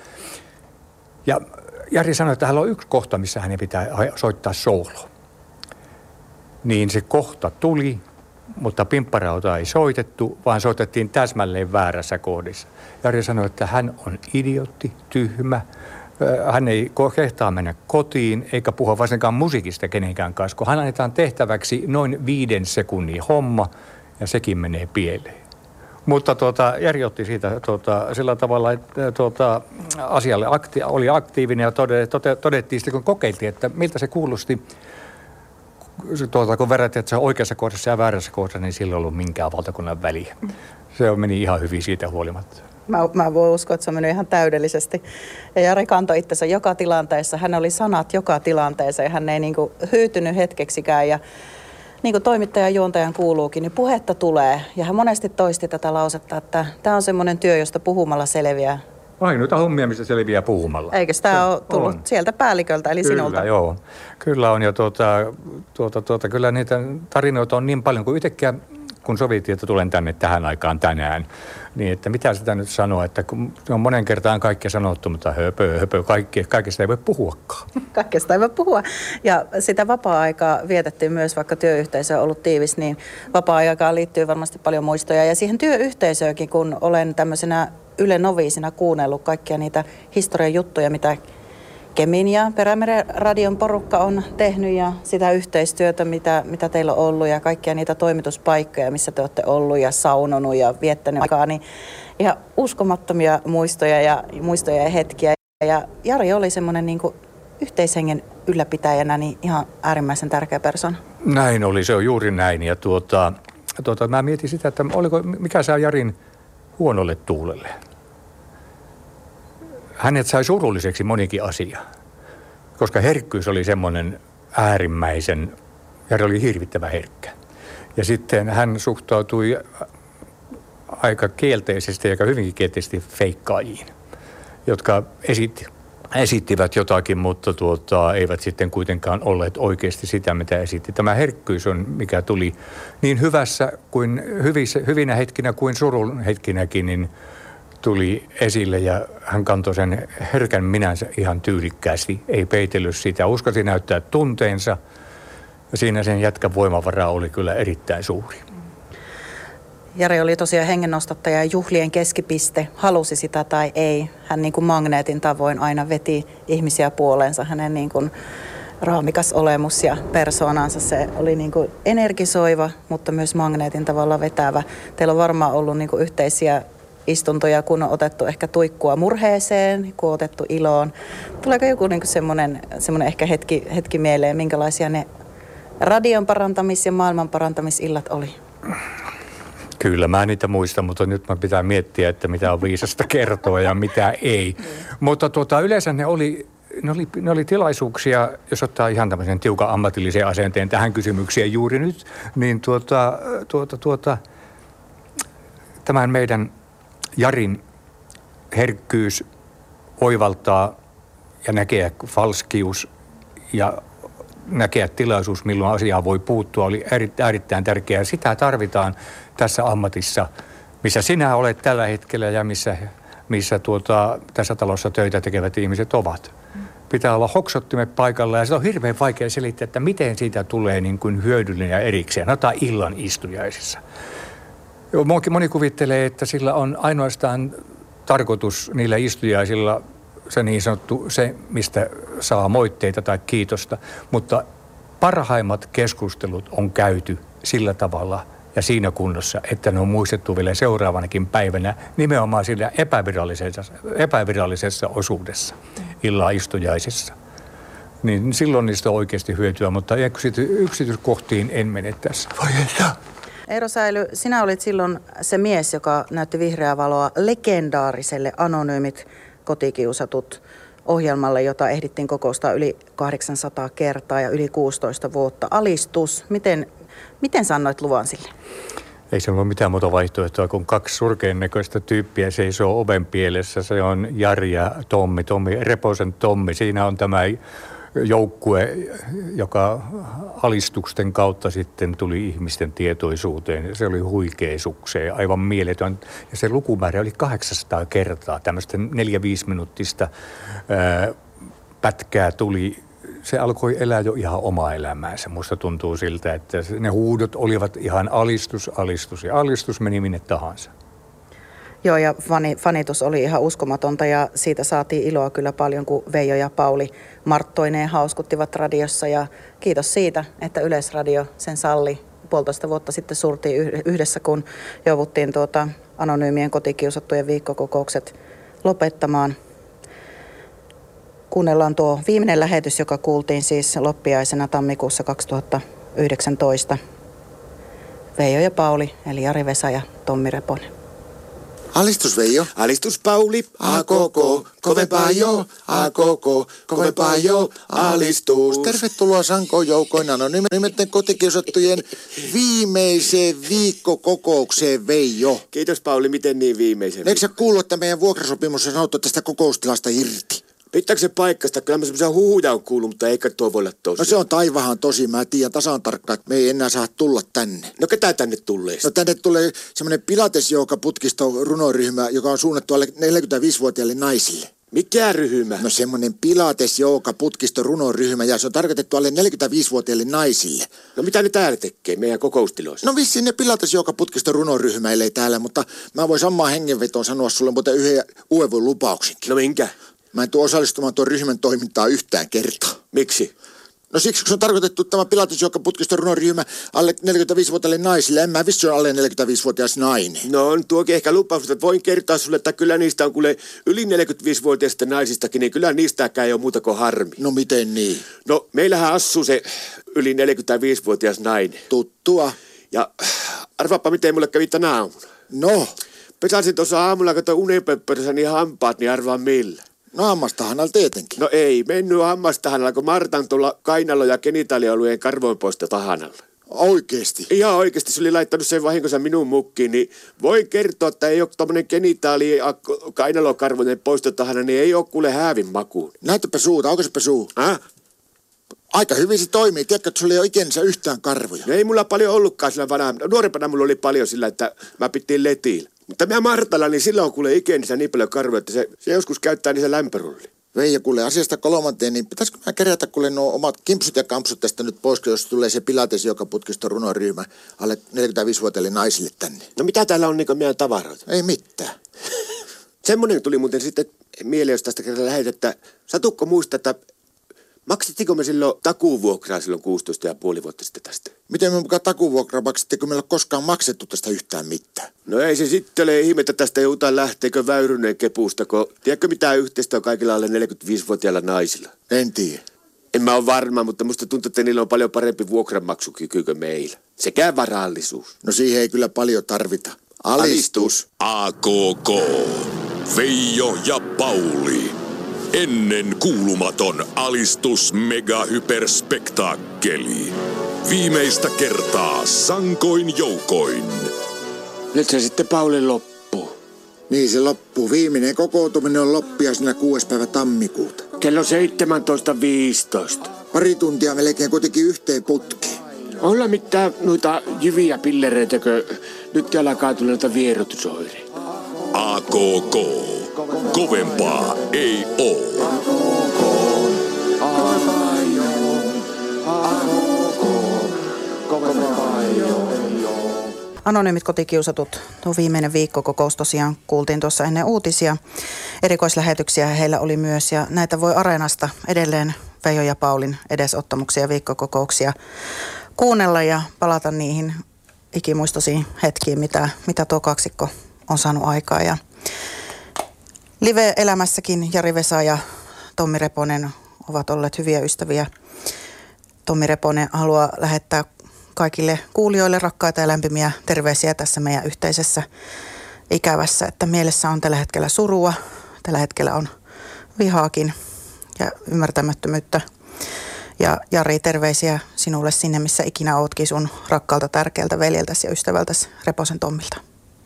ja Jari sanoi, että hänellä on yksi kohta, missä hänen pitää soittaa soolo. Niin se kohta tuli. Mutta pimpparautaa ei soitettu, vaan soitettiin täsmälleen väärässä kohdissa. Jari sanoi, että hän on idiotti, tyhmä. Hän ei kehtaa mennä kotiin, eikä puhua varsinkaan musiikista kenenkään kanssa, kun hän annetaan tehtäväksi noin viiden sekunnin homma, ja sekin menee pieleen. Mutta tuota, Jari otti siitä tuota, sillä tavalla, että tuota, asialle akti- oli aktiivinen, ja todettiin sitten, kun kokeiltiin, että miltä se kuulosti. Tuota, kun verrattiin, että se on oikeassa kohdassa ja väärässä kohdassa, niin sillä ei ollut minkään valtakunnan väliä. Se meni ihan hyvin siitä huolimatta. Mä, mä voin uskoa, että se on mennyt ihan täydellisesti. Ja Jari kantoi itsensä joka tilanteessa. Hän oli sanat joka tilanteeseen. Hän ei niin kuin hyytynyt hetkeksikään. Ja niin kuin toimittajan juontajan kuuluukin, niin puhetta tulee. Ja hän monesti toisti tätä lausetta, että tämä on semmoinen työ, josta puhumalla selviää. Ainoita hommia, mistä selviää puhumalla. Eikö tämä ole tullut on. sieltä päälliköltä, eli kyllä, sinulta? Kyllä, joo. Kyllä on, ja tuota, tuota, tuota, kyllä niitä tarinoita on niin paljon, kuin yhtäkkiä, kun sovittiin, että tulen tänne tähän aikaan tänään, niin että mitä sitä nyt sanoa, että kun on monen kertaan kaikkea sanottu, mutta höpö, höpö, kaikki, kaikesta ei voi puhuakaan. Kaikesta ei voi puhua. Ja sitä vapaa-aikaa vietettiin myös, vaikka työyhteisö on ollut tiivis, niin vapaa-aikaan liittyy varmasti paljon muistoja. Ja siihen työyhteisöönkin, kun olen tämmöisenä Yle Noviisina kuunnellut kaikkia niitä historian juttuja, mitä Kemin ja Perämeren radion porukka on tehnyt ja sitä yhteistyötä, mitä, mitä teillä on ollut ja kaikkia niitä toimituspaikkoja, missä te olette ollut ja saunonut ja viettänyt aikaa, niin ihan uskomattomia muistoja ja, muistoja ja hetkiä. Ja Jari oli semmoinen niin kuin yhteishengen ylläpitäjänä niin ihan äärimmäisen tärkeä persona. Näin oli, se on juuri näin. Ja tuota, tuota, mä mietin sitä, että oliko, mikä saa Jarin huonolle tuulelle. Hänet sai surulliseksi monikin asia, koska herkkyys oli semmoinen äärimmäisen, Jari oli hirvittävä herkkä. Ja sitten hän suhtautui aika kielteisesti ja hyvinkin kielteisesti feikkaajiin, jotka esitti, esittivät jotakin, mutta tuota, eivät sitten kuitenkaan olleet oikeasti sitä, mitä esitti. Tämä herkkyys on, mikä tuli niin hyvässä kuin hyvissä, hyvinä hetkinä kuin surun hetkinäkin, niin tuli esille ja hän kantoi sen herkän minänsä ihan tyylikkäästi, ei peitellyt sitä. Uskalsi näyttää tunteensa ja siinä sen jätkän voimavara oli kyllä erittäin suuri. Jari oli tosiaan hengennostattaja ja juhlien keskipiste, halusi sitä tai ei. Hän niin kuin magneetin tavoin aina veti ihmisiä puoleensa. Hänen niin kuin raamikas olemus ja persoonansa, se oli niin kuin energisoiva, mutta myös magneetin tavalla vetävä. Teillä on varmaan ollut niin kuin yhteisiä istuntoja, kun on otettu ehkä tuikkua murheeseen, kun on otettu iloon. Tuleeko joku niin semmoinen, semmoinen ehkä hetki, hetki mieleen, minkälaisia ne radion parantamis- ja maailman parantamisillat oli? Kyllä mä niitä muistan, mutta nyt mä pitää miettiä, että mitä on viisasta kertoa ja mitä ei. Mutta tuota, yleensä ne oli, ne, oli, ne oli tilaisuuksia, jos ottaa ihan tämmöisen tiukan ammatillisen asenteen tähän kysymykseen juuri nyt, niin tuota, tuota, tuota, tämän meidän Jarin herkkyys oivaltaa ja näkeä falskius ja näkeä tilaisuus, milloin asiaa voi puuttua, oli erittäin tärkeää. Sitä tarvitaan tässä ammatissa, missä sinä olet tällä hetkellä ja missä, missä tuota, tässä talossa töitä tekevät ihmiset ovat. Pitää olla hoksottimet paikalla ja se on hirveän vaikea selittää, että miten siitä tulee niin kuin hyödyllinen ja erikseen. Otetaan illan istujaisissa. Moni kuvittelee, että sillä on ainoastaan tarkoitus niillä istujaisilla se niin sanottu, se mistä saa moitteita tai kiitosta, mutta parhaimmat keskustelut on käyty sillä tavalla ja siinä kunnossa, että ne on muistettu vielä seuraavanakin päivänä nimenomaan sillä epävirallisessa, epävirallisessa osuudessa, illan istujaisissa. Niin silloin niistä on oikeasti hyötyä, mutta yksityiskohtiin en mene tässä vaiheessa. Eero Säily, sinä olit silloin se mies, joka näytti vihreää valoa legendaariselle Anonyymit kotikiusatut ohjelmalle, jota ehdittiin kokoustaa yli kahdeksansataa kertaa ja yli kuusitoista vuotta. Alistus. Miten, miten sä annoit luvan sille? Ei se ole mitään muuta vaihtoehtoa, kun kaksi surkean näköistä tyyppiä seisoo oven pielessä. Se on Jari ja Tommi, Tommi Reposen Tommi. Siinä on tämä joukkue, joka alistusten kautta sitten tuli ihmisten tietoisuuteen. Se oli huikea sukseen, aivan mieletön. Ja se lukumäärä oli kahdeksansataa kertaa. Tämmöistä neljä-viisi minuuttista ää, pätkää tuli. Se alkoi elää jo ihan omaa elämäänsä. Musta tuntuu siltä, että ne huudot olivat ihan alistus, alistus ja alistus meni minne tahansa. Joo, ja fanitus oli ihan uskomatonta ja siitä saatiin iloa kyllä paljon, kun Veijo ja Pauli Marttoineen hauskuttivat radiossa. Ja kiitos siitä, että Yleisradio sen salli. Puolitoista vuotta sitten surtiin yhdessä, kun jouduttiin tuota Anonyymien kotikiusattujen viikkokokoukset lopettamaan. Kuunnellaan tuo viimeinen lähetys, joka kuultiin siis loppiaisena tammikuussa kaksituhattayhdeksäntoista. Veijo ja Pauli, eli Jari Vesa ja Tommi Reponen. Alistus Veijo. Alistus Pauli. A K K. Kovempaa jo. A K K. Kovempaa jo. Alistus. Tervetuloa Sankoon joukoin Anonyymien kotikiusattujen viimeiseen viikkokokoukseen Veijo. Kiitos Pauli, miten niin viimeisen? Eikö sä kuullut, että meidän vuokrasopimus on sanottu tästä kokoustilasta irti? Pitääkö se paikkasta? Kyllä mä semmoisia huhuja on kuullut, mutta eikä tuo voi olla tosi. No se on taivahan tosi. Mä tiedän tasan tarkkaan, että me ei enää saa tulla tänne. No ketä tänne tulee? No tänne tulee semmoinen pilatesjoukaputkisto runoryhmä, joka on suunnattu alle neljäkymmentäviisivuotiaille naisille. Mikä ryhmä? No semmoinen pilatesjoukaputkisto runoryhmä ja se on tarkoitettu alle neljäkymmentäviisivuotiaille naisille. No mitä ne täällä tekee meidän kokoustiloissa? No vissiin ne pilatesjoukaputkisto runoryhmä ei täällä, mutta mä voin samaan hengenvetoon sanoa sulle muuten yhden uuden lupauksenkin. No minkä? Mä en tule osallistumaan tuon ryhmän toimintaa yhtään kertaa. Miksi? No siksi, kun se on tarkoitettu tämä pilatesjoukkaputkiston runoryhmä alle neljäkymmentäviisivuotiaille naisille. En mä vissi ole alle neljäkymmentäviisivuotias nainen. No on tuokin ehkä lupaus, että voin kertoa sulle, että kyllä niistä on kuule yli neljäkymmentäviisivuotiaista naisistakin, niin kyllä niistäkään ei ole muuta kuin harmi. No miten niin? No meillähän asuu se yli neljäkymmentäviisivuotias nainen. Tuttua. Ja arvaappa miten mulle kävi tänä aamuna. No? Pesasin tuossa aamulla, kun toi unenpöppörässäni hampaat, niin arvaa millä. No hammastahanalla tietenkin. No ei, mennyt hammastahanalla, kun Martan tulla kainalo- ja genitaalialueen karvoinpoisto tahanalla. Oikeesti? Ihan oikeesti, se oli laittanut sen vahinkonsa minun mukkiin, niin voin kertoa, että ei ole tommonen genitaali- ja kainalokarvoinen poisto tahana, niin ei ole kuule häävin makuun. Näyttäpä suuta, aukasipä suu. Äh? Aika hyvin se toimii. Tiedätkö, että sulla ei ole ikänsä yhtään karvoja? No ei mulla paljon ollutkaan sillä vanhemmalla. Nuorempana mulla oli paljon sillä, että mä pittiin letillä. Mutta minä Martalla, niin sillä on kuule ikänsä niin paljon karvoja, että se, se joskus käyttää niin se lämpärulli. Veijo, kuule asiasta kolmanteen, niin pitäisikö mä kerätä kuule nuo omat kimpsut ja kampsut tästä nyt pois, jos tulee se pilatesjoukaputkisto runoryhmä alle neljäkymmentäviisivuotiaille naisille tänne? No mitä täällä on niinku meidän tavaroita? Ei mitään. Semmoinen tuli muuten sitten mieleen, jos tästä kerran lähet, että satukko muistaa, että maksettiinko me silloin takuuvuokraa silloin kuusitoista ja puoli vuotta sitten tästä? Miten me mukaan takuvuokraa maksettiin, kun meillä ei ole koskaan maksettu tästä yhtään mitään? No ei se sitten ole ihmettä tästä joutaan lähteekö Väyrynen kepusta, kun tiedätkö mitään yhteistä on kaikilla alle neljäkymmentäviisivuotiailla naisilla? En tiedä. En mä ole varma, mutta musta tuntuu, että niillä on paljon parempi vuokranmaksukyky kuin meillä. Sekä varallisuus. No siihen ei kyllä paljon tarvita. Alistus. A K K. Veijo ja Pauli. Ennen kuulumaton alistus mega hyperspektaakkeli. Viimeistä kertaa sankoin joukoin. Nyt se sitten Pauli loppuu. Niin se loppuu. Viimeinen kokoutuminen on loppiaisena kuudes päivä tammikuuta. Kello seitsemäntoista viisitoista. Pari tuntia melkein kuitenkin yhteen putkeen. Olla mitään noita jyviä pillereitä, kun nyt alkaa tulla noita vierotusoireita. A K K. Kovempaa ei oo. Anonyymit kotikiusatut, tuo viimeinen viikkokokous tosiaan kuultiin tuossa ennen uutisia. Erikoislähetyksiä heillä oli myös ja näitä voi Areenasta edelleen Veijo ja Paulin edesottamuksia ja viikkokokouksia kuunnella ja palata niihin ikimuistoisiin hetkiin, mitä, mitä tuo kaksikko on saanut aikaa. Ja live-elämässäkin Jari Vesa ja Tommi Reponen ovat olleet hyviä ystäviä. Tommi Reponen haluaa lähettää kaikille kuulijoille rakkaita ja lämpimiä terveisiä tässä meidän yhteisessä ikävässä, että mielessä on tällä hetkellä surua, tällä hetkellä on vihaakin ja ymmärtämättömyyttä. Ja Jari, terveisiä sinulle sinne, missä ikinä ootkin sun rakkaalta, tärkeältä veljeltäsi ja ystävältäsi Reposen Tommilta.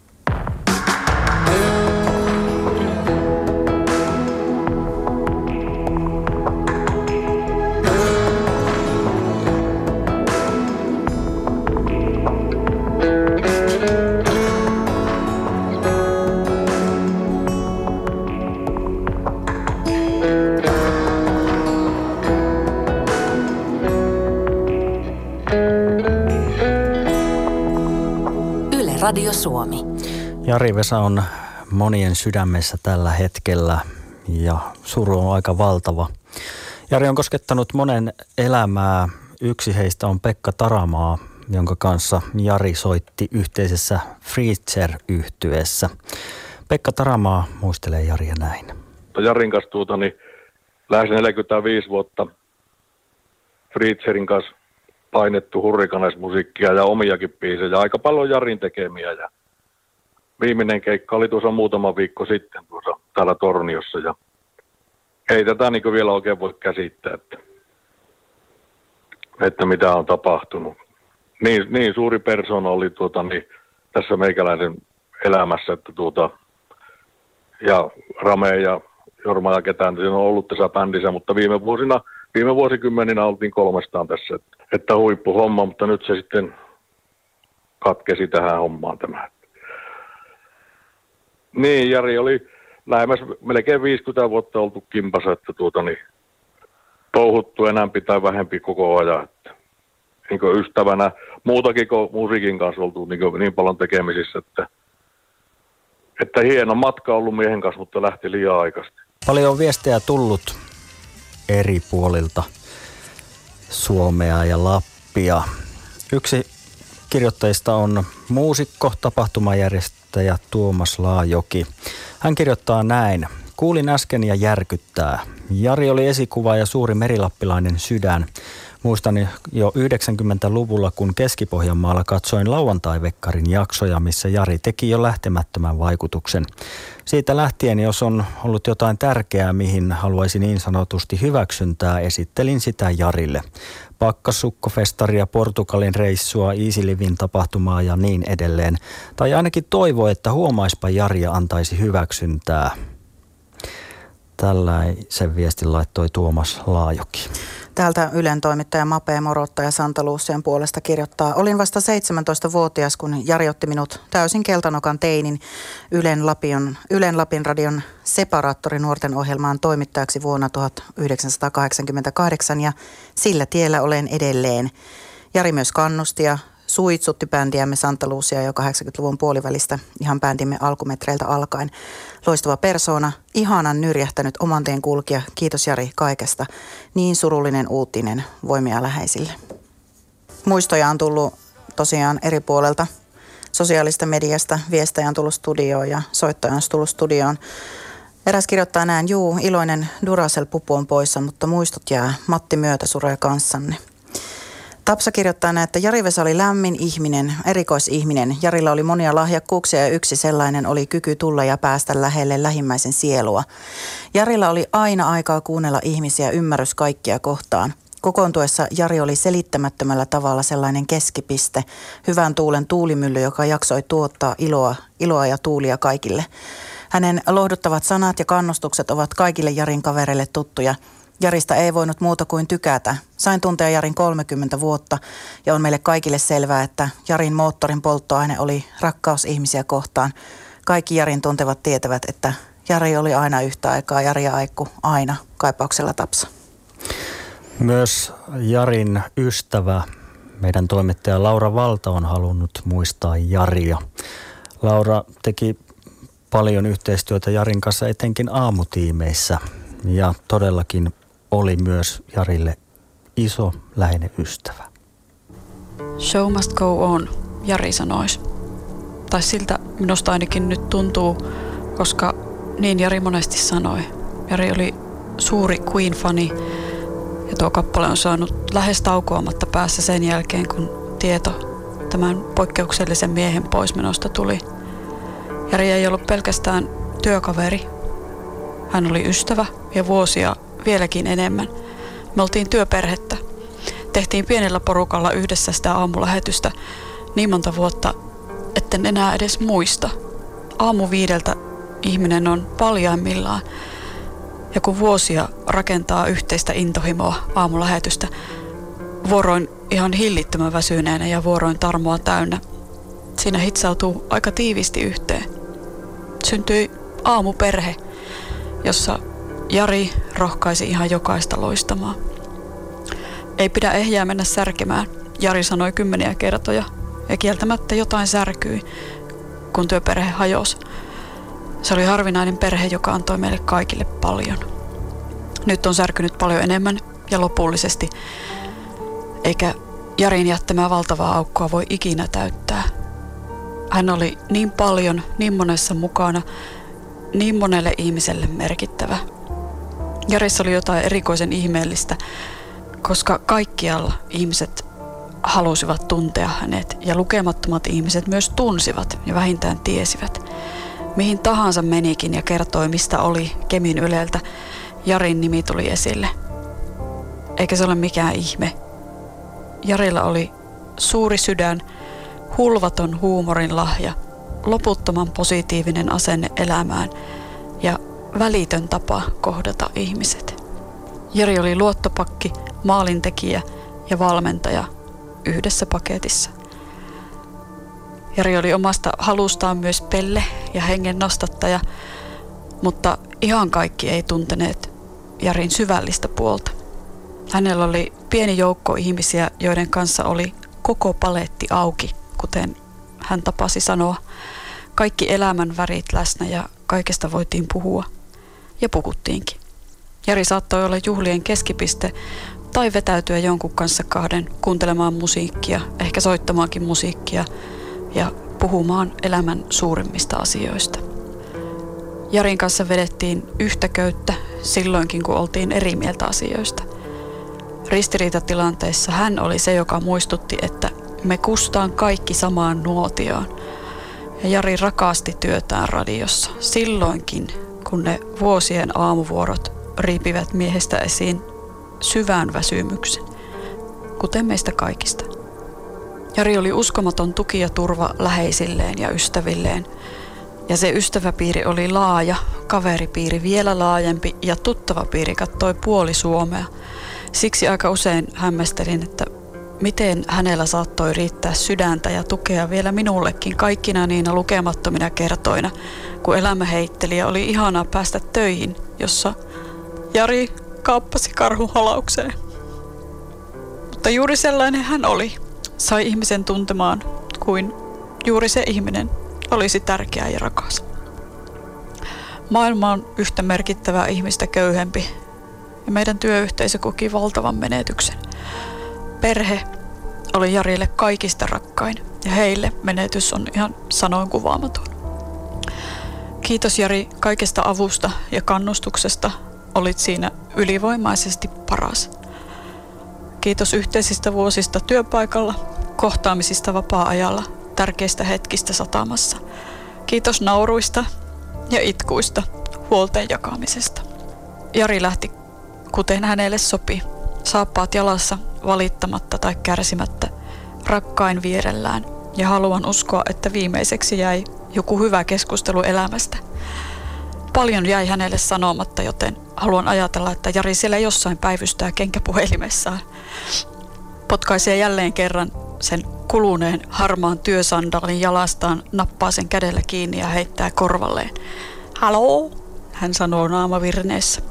Radio Suomi. Jari Vesa on monien sydämessä tällä hetkellä ja suru on aika valtava. Jari on koskettanut monen elämää. Yksi heistä on Pekka Taramaa, jonka kanssa Jari soitti yhteisessä Freezer-yhtyeessä. Pekka Taramaa muistelee Jaria näin. Jarin kanssa tuota, niin lähes neljäkymmentäviisi vuotta Freezerin kanssa painettu hurrikanaismusiikkia ja omiakin biisejä, aika paljon Jarin tekemiä. Ja viimeinen keikka oli tuossa muutama viikko sitten tuossa täällä Torniossa ja ei tätä niin vielä oikein voi käsittää, että, että mitä on tapahtunut. Niin, niin suuri persona oli tuota, niin, tässä meikäläisen elämässä, että tuota, ja Rame ja Jorma ja ketään on ollut tässä bändissä, mutta viime vuosina, viime vuosikymmeninä oltiin kolmestaan tässä, että, että huippuhomma, mutta nyt se sitten katkesi tähän hommaan tämä. Niin, Jari oli lähemmäs melkein viisikymmentä vuotta oltu kimpassa, että tuota niin, touhuttu enämpi tai vähempi koko ajan. Että, niin kuin ystävänä, muutakin kuin musiikin kanssa oltu niin, kuin, niin paljon tekemisissä, että, että hieno matka ollut miehen kanssa, mutta lähti liian aikaisesti. Paljon on viestejä tullut eri puolilta Suomea ja Lappia. Yksi kirjoittajista on muusikko, tapahtumajärjestäjä Tuomas Laajoki. Hän kirjoittaa näin. Kuulin äsken ja järkyttää. Jari oli esikuva ja suuri merilappilainen sydän. Muistan jo yhdeksänkymmentäluvulla, kun Keski-Pohjanmaalla katsoin lauantai-vekkarin jaksoja, missä Jari teki jo lähtemättömän vaikutuksen. Siitä lähtien, jos on ollut jotain tärkeää, mihin haluaisin niin sanotusti hyväksyntää, esittelin sitä Jarille. Pakkasukkofestaria, Portugalin reissua, Easy Livin tapahtumaa ja niin edelleen. Tai ainakin toivo, että huomaispa Jaria antaisi hyväksyntää. Tällaisen viestin laittoi Tuomas Laajoki. Täältä Ylen toimittaja Mape Morottaja Santa Lucien puolesta kirjoittaa. Olin vasta seitsemäntoistavuotias, kun Jari otti minut täysin keltanokan teinin Ylen Lapin, Ylen Lapin radion Separaattori nuorten ohjelmaan toimittajaksi vuonna tuhatyhdeksänsataakahdeksankymmentäkahdeksan ja sillä tiellä olen edelleen. Jari myös kannusti ja suitsutti bändiämme Santa Lucia jo kahdeksankymmentäluvun puolivälistä ihan bändimme alkumetreiltä alkaen. Loistava persoona, ihanan nyrjähtänyt oman teen kulkija. Kiitos Jari kaikesta. Niin surullinen uutinen voimia läheisille. muistoja on tullut tosiaan eri puolelta sosiaalista mediasta. Viestejä on tullut studioon ja soittaja on tullut studioon. Eräs kirjoittaa näin, juu, iloinen Duracell-pupu on poissa, mutta muistot jää. Matti Myötäsure kanssanne. Tapsa kirjoittaa näin, että Jari-Vesa oli lämmin ihminen, erikoisihminen. Jarilla oli monia lahjakkuuksia ja yksi sellainen oli kyky tulla ja päästä lähelle lähimmäisen sielua. Jarilla oli aina aikaa kuunnella ihmisiä, ymmärrys kaikkia kohtaan. Kokoontuessa Jari oli selittämättömällä tavalla sellainen keskipiste, hyvän tuulen tuulimylly, joka jaksoi tuottaa iloa, iloa ja tuulia kaikille. Hänen lohduttavat sanat ja kannustukset ovat kaikille Jarin kavereille tuttuja. Jarista ei voinut muuta kuin tykätä. Sain tuntea Jarin kolmekymmentä vuotta ja on meille kaikille selvää, että Jarin moottorin polttoaine oli rakkaus ihmisiä kohtaan. Kaikki Jarin tuntevat tietävät, että Jari oli aina yhtä aikaa, Jari ja Aikku aina, kaipauksella Tapsa. Myös Jarin ystävä, meidän toimittaja Laura Valta on halunnut muistaa Jaria. Laura teki paljon yhteistyötä Jarin kanssa etenkin aamutiimeissä ja todellakin oli myös Jarille iso läheinen ystävä. Show must go on, Jari sanoisi. Tai siltä minusta ainakin nyt tuntuu, koska niin Jari monesti sanoi. Jari oli suuri Queen-fani ja tuo kappale on saanut lähes taukoamatta päässä sen jälkeen, kun tieto tämän poikkeuksellisen miehen poismenosta tuli. Jari ei ollut pelkästään työkaveri. Hän oli ystävä ja vuosia vieläkin enemmän. Me oltiin työperhettä. Tehtiin pienellä porukalla yhdessä sitä aamulähetystä niin monta vuotta, etten enää edes muista. Aamu viideltä ihminen on paljaimmillaan. Ja kun vuosia rakentaa yhteistä intohimoa aamulähetystä, vuoroin ihan hillittömän väsyneenä ja vuoroin tarmoa täynnä, siinä hitsautuu aika tiivisti yhteen. Syntyi aamuperhe, jossa Jari rohkaisi ihan jokaista loistamaan. Ei pidä ehjää mennä särkemään, Jari sanoi kymmeniä kertoja, ja kieltämättä jotain särkyi, kun työperhe hajosi. Se oli harvinainen perhe, joka antoi meille kaikille paljon. Nyt on särkynyt paljon enemmän ja lopullisesti, eikä Jarin jättämää valtavaa aukkoa voi ikinä täyttää. Hän oli niin paljon, niin monessa mukana, niin monelle ihmiselle merkittävä. Jarissa oli jotain erikoisen ihmeellistä, koska kaikkialla ihmiset halusivat tuntea hänet ja lukemattomat ihmiset myös tunsivat ja vähintään tiesivät. Mihin tahansa menikin ja kertoi, mistä oli Kemin Yleltä, Jarin nimi tuli esille. Eikä se ole mikään ihme. Jarilla oli suuri sydän, hulvaton huumorin lahja, loputtoman positiivinen asenne elämään ja välitön tapa kohdata ihmiset. Jari oli luottopakki, maalintekijä ja valmentaja yhdessä paketissa. Jari oli omasta halustaan myös pelle ja hengen nostattaja, mutta ihan kaikki ei tunteneet Jarin syvällistä puolta. Hänellä oli pieni joukko ihmisiä, joiden kanssa oli koko paletti auki, kuten hän tapasi sanoa. Kaikki elämän värit läsnä ja kaikesta voitiin puhua. Ja puhuttiinkin. Jari saattoi olla juhlien keskipiste tai vetäytyä jonkun kanssa kahden kuuntelemaan musiikkia, ehkä soittamaankin musiikkia ja puhumaan elämän suurimmista asioista. Jarin kanssa vedettiin yhtä köyttä silloinkin, kun oltiin eri mieltä asioista. Ristiriitatilanteissa hän oli se, joka muistutti, että me kustaan kaikki samaan nuotioon. Ja Jari rakasti työtään radiossa silloinkin, kun ne vuosien aamuvuorot riipivät miehestä esiin syvään väsymyksen, kuten meistä kaikista. Jari oli uskomaton tuki ja turva läheisilleen ja ystävilleen. Ja se ystäväpiiri oli laaja, kaveripiiri vielä laajempi ja tuttava piiri kattoi puoli Suomea. Siksi aika usein hämmästelin, että miten hänellä saattoi riittää sydäntä ja tukea vielä minullekin kaikkina niinä lukemattomina kertoina, kun elämä heitteli ja oli ihanaa päästä töihin, jossa Jari kaappasi karhun halaukseen. Mutta juuri sellainen hän oli. Sai ihmisen tuntemaan, kuin juuri se ihminen olisi tärkeä ja rakas. Maailma on yhtä merkittävää ihmistä köyhempi ja meidän työyhteisö koki valtavan menetyksen. Perhe, oli Jarille kaikista rakkain ja heille menetys on ihan sanoin kuvaamaton. Kiitos Jari kaikesta avusta ja kannustuksesta. Olit siinä ylivoimaisesti paras. Kiitos yhteisistä vuosista työpaikalla, kohtaamisista vapaa-ajalla, tärkeistä hetkistä satamassa. Kiitos nauruista ja itkuista, huolten jakamisesta. Jari lähti, kuten hänelle sopi, saappaat jalassa, valittamatta tai kärsimättä, rakkain vierellään, ja haluan uskoa, että viimeiseksi jäi joku hyvä keskustelu elämästä. Paljon jäi hänelle sanomatta, joten haluan ajatella, että Jari siellä jossain päivystää kenkäpuhelimessaan. Potkaisee jälleen kerran sen kuluneen harmaan työsandaalin jalastaan, nappaa sen kädellä kiinni ja heittää korvalleen. Haloo, hän sanoo naamavirneessä.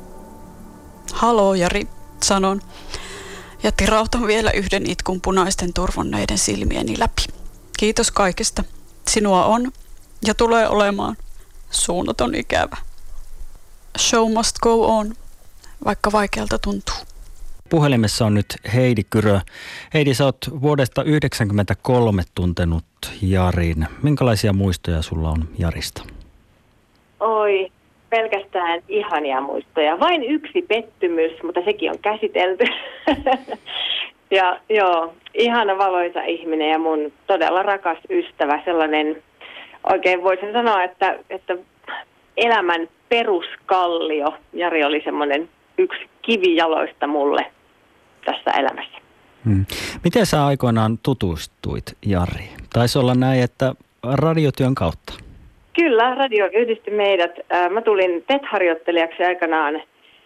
Haloo Jari, sanon. Ja tirautan vielä yhden itkun punaisten turvonneiden silmieni läpi. Kiitos kaikesta. Sinua on ja tulee olemaan suunnaton ikävä. Show must go on, vaikka vaikealta tuntuu. Puhelimessa on nyt Heidi Kyrö. Heidi, sä oot vuodesta yhdeksänkymmentäkolme tuntenut Jarin. Minkälaisia muistoja sulla on Jarista? Oi, pelkästään ihania muistoja. Vain yksi pettymys, mutta sekin on käsitelty. Ja joo, ihana valoisa ihminen ja mun todella rakas ystävä, sellainen, oikein voisin sanoa, että, että elämän peruskallio. Jari oli semmoinen yksi kivijaloista mulle tässä elämässä. Hmm. Miten sä aikoinaan tutustuit Jariin? Taisi olla näin, että radiotyön kautta. Kyllä, radio yhdisti meidät. Mä tulin T E T-harjoittelijaksi aikanaan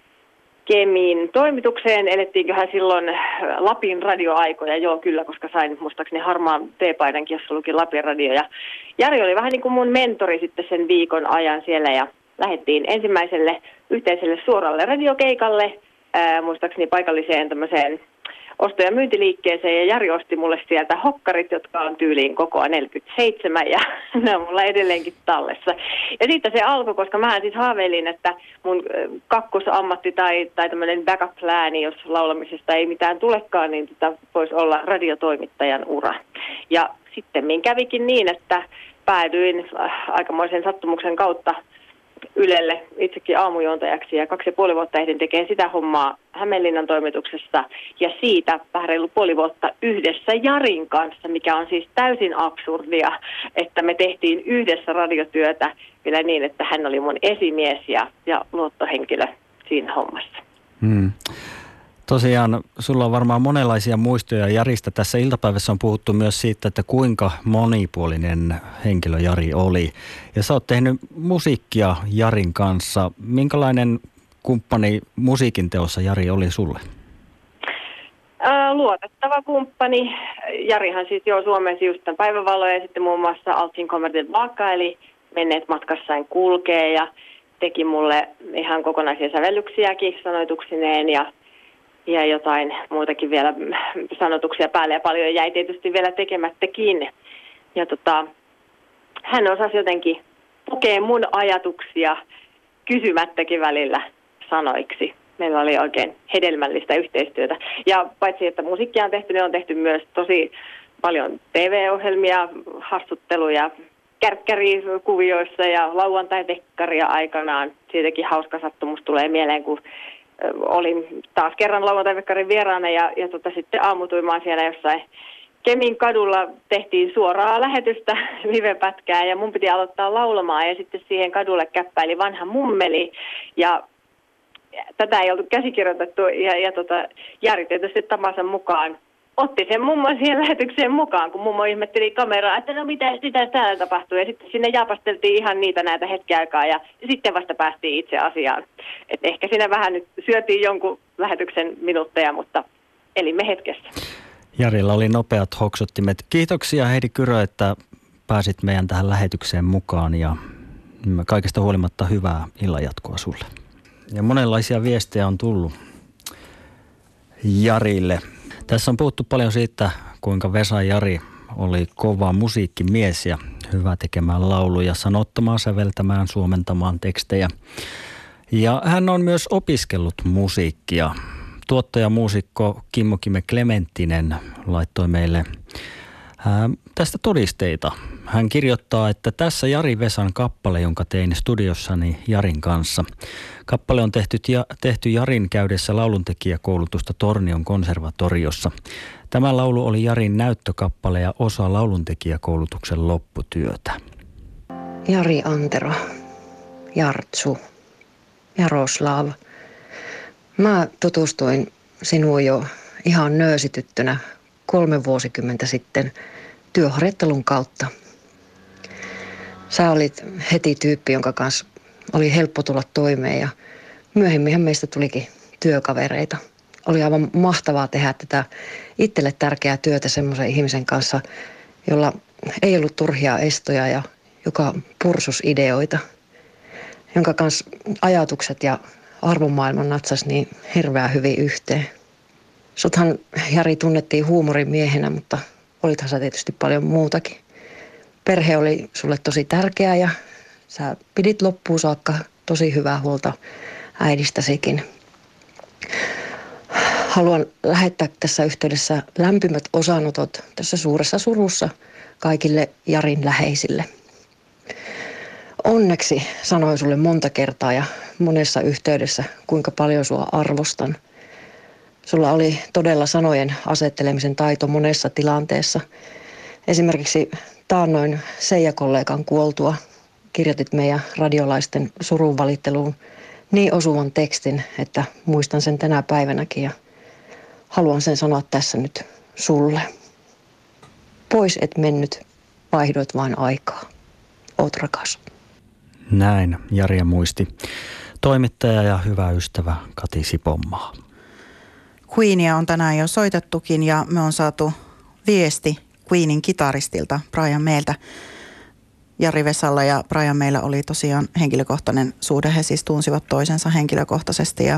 Kemin toimitukseen. Elettiinköhän silloin Lapin radioaikoja? Joo, kyllä, koska sain muistaakseni harmaan T-paidankin, jossa luki Lapin radio. Ja Jari oli vähän niin kuin mun mentori sitten sen viikon ajan siellä ja lähdettiin ensimmäiselle yhteiselle suoralle radiokeikalle, ää, muistaakseni paikalliseen tämmöiseen osto- ja myyntiliikkeeseen, ja Jari osti mulle sieltä hokkarit, jotka on tyyliin kokoa neljäkymmentäseitsemän, ja ne on mulla edelleenkin tallessa. Ja siitä se alkoi, koska mä siis haaveilin, että mun kakkosammatti tai, tai tämmöinen backup-plääni, jos laulamisesta ei mitään tulekaan, niin tota voisi olla radiotoimittajan ura. Ja sitten kävikin niin, että päädyin aikamoisen sattumuksen kautta Ylelle itsekin aamujuontajaksi ja kaksi ja puoli vuotta ehdin tekemään sitä hommaa Hämeenlinnan toimituksessa ja siitä vähän reilu puoli vuotta yhdessä Jarin kanssa, mikä on siis täysin absurdia, että me tehtiin yhdessä radiotyötä vielä niin, että hän oli mun esimies ja, ja luottohenkilö siinä hommassa. Hmm. Tosiaan sulla on varmaan monenlaisia muistoja Jarista. Tässä iltapäivässä on puhuttu myös siitä, että kuinka monipuolinen henkilö Jari oli. Ja sä oot tehnyt musiikkia Jarin kanssa. Minkälainen kumppani musiikin teossa Jari oli sulle? Ää, luotettava kumppani. Jarihan siis jo suomensi just tämän päivänvaloja ja sitten muun muassa Altin Kommertin Vaakka, eli menneet matkassain kulkee ja teki mulle ihan kokonaisia sävellyksiäkin sanoituksineen ja Ja jotain muutakin vielä sanotuksia päälle ja paljon jäi tietysti vielä tekemättäkin. Ja tota, hän osasi jotenkin pukea mun ajatuksia kysymättäkin välillä sanoiksi. Meillä oli oikein hedelmällistä yhteistyötä. Ja paitsi että musiikkia on tehty, niin on tehty myös tosi paljon T V-ohjelmia, haastatteluja, kärkkärikuvioissa ja lauantai-tekkaria aikanaan. Siitäkin hauska sattumus tulee mieleen, kun olin taas kerran lauantai-vekkarin vieraana ja, ja tota, sitten aamutuimaan siellä jossain Kemin kadulla, tehtiin suoraa lähetystä livepätkää ja mun piti aloittaa laulamaan ja sitten siihen kadulle käppäili vanha mummeli ja tätä ei oltu käsikirjoitettu ja, ja tota, Jari tietysti tapansa mukaan otti sen mummon siihen lähetykseen mukaan, kun mummo ihmetteli kameraa, että no mitä sitä täällä tapahtuu. Ja sitten sinne jaapasteltiin ihan niitä näitä hetken aikaa ja sitten vasta päästiin itse asiaan. Et ehkä siinä vähän nyt syötiin jonkun lähetyksen minuutteja, mutta elimme hetkessä. Jarilla oli nopeat hoksottimet. Kiitoksia Heidi Kyrö, että pääsit meidän tähän lähetykseen mukaan ja kaikesta huolimatta hyvää illanjatkoa sulle. Ja monenlaisia viestejä on tullut Jarille. Tässä on puhuttu paljon siitä, kuinka Vesa Jari oli kova musiikkimies ja hyvä tekemään lauluja, sanottamaan, säveltämään, suomentamaan tekstejä. Ja hän on myös opiskellut musiikkia. tuottajamuusikko Kimmo Kime Klementtinen laittoi meille ää, tästä todisteita. Hän kirjoittaa, että tässä Jari Vesan kappale, jonka tein studiossani Jarin kanssa. Kappale on tehty, ja, tehty Jarin käydessä lauluntekijäkoulutusta Tornion konservatoriossa. Tämä laulu oli Jarin näyttökappale ja osa lauluntekijäkoulutuksen lopputyötä. Jari Antero, Jartsu, Jaroslav. Mä tutustuin sinuun jo ihan nöösityttönä kolme vuosikymmentä sitten työharjoittelun kautta. Sä olit heti tyyppi, jonka kanssa oli helppo tulla toimeen ja myöhemminhän meistä tulikin työkavereita. Oli aivan mahtavaa tehdä tätä itselle tärkeää työtä semmoisen ihmisen kanssa, jolla ei ollut turhia estoja ja joka pursus ideoita, jonka kanssa ajatukset ja arvomaailman natsas niin hirveän hyvin yhteen. Suthan, Jari, tunnettiin huumorimiehenä, mutta olithan sä tietysti paljon muutakin. Perhe oli sulle tosi tärkeä ja sä pidit loppuun saakka tosi hyvää huolta äidistäsikin. Haluan lähettää tässä yhteydessä lämpimät osanotot tässä suuressa surussa kaikille Jarin läheisille. Onneksi sanoin sulle monta kertaa ja monessa yhteydessä, kuinka paljon sua arvostan. Sulla oli todella sanojen asettelemisen taito monessa tilanteessa. Esimerkiksi taannoin Seija-kollegan kuoltua kirjoitit meidän radiolaisten surunvalitteluun niin osuvan tekstin, että muistan sen tänä päivänäkin ja haluan sen sanoa tässä nyt sulle. Pois et mennyt, vaihdoit vain aikaa. Oot rakas. Näin Jaria muisti toimittaja ja hyvä ystävä Kati Siponmaa. Queenia on tänään jo soitettukin ja me on saatu viesti Queenin kitaristilta Brian Mayltä. Jari Vesalla ja Brian Maylla oli tosiaan henkilökohtainen suhde. He siis tunsivat toisensa henkilökohtaisesti ja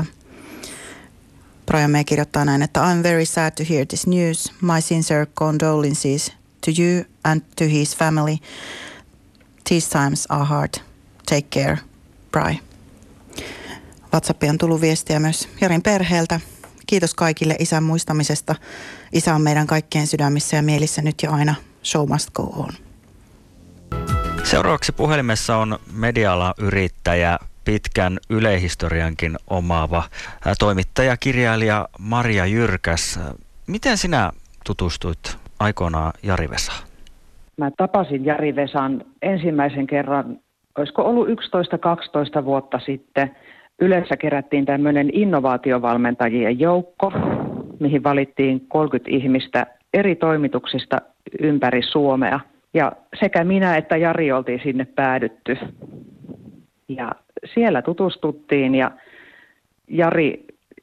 Brian May kirjoittaa näin, että I'm very sad to hear this news. My sincere condolences to you and to his family. These times are hard. Take care, Bri. WhatsAppiin on tullut viestiä myös Jarin perheeltä. Kiitos kaikille isän muistamisesta. Isä on meidän kaikkien sydämissä ja mielissä nyt ja aina. Show must go on. Seuraavaksi puhelimessa on media-alan yrittäjä, pitkän yleihistoriankin omaava toimittaja, kirjailija Maria Jyrkäs. Miten sinä tutustuit aikoinaan Jari Vesaan? Mä tapasin Jari Vesan ensimmäisen kerran, olisiko ollut yksitoista kaksitoista vuotta sitten. Yleensä kerättiin tämmöinen innovaatiovalmentajien joukko, mihin valittiin kolmekymmentä ihmistä eri toimituksista ympäri Suomea. Ja sekä minä että Jari oltiin sinne päädytty. Ja siellä tutustuttiin ja Jari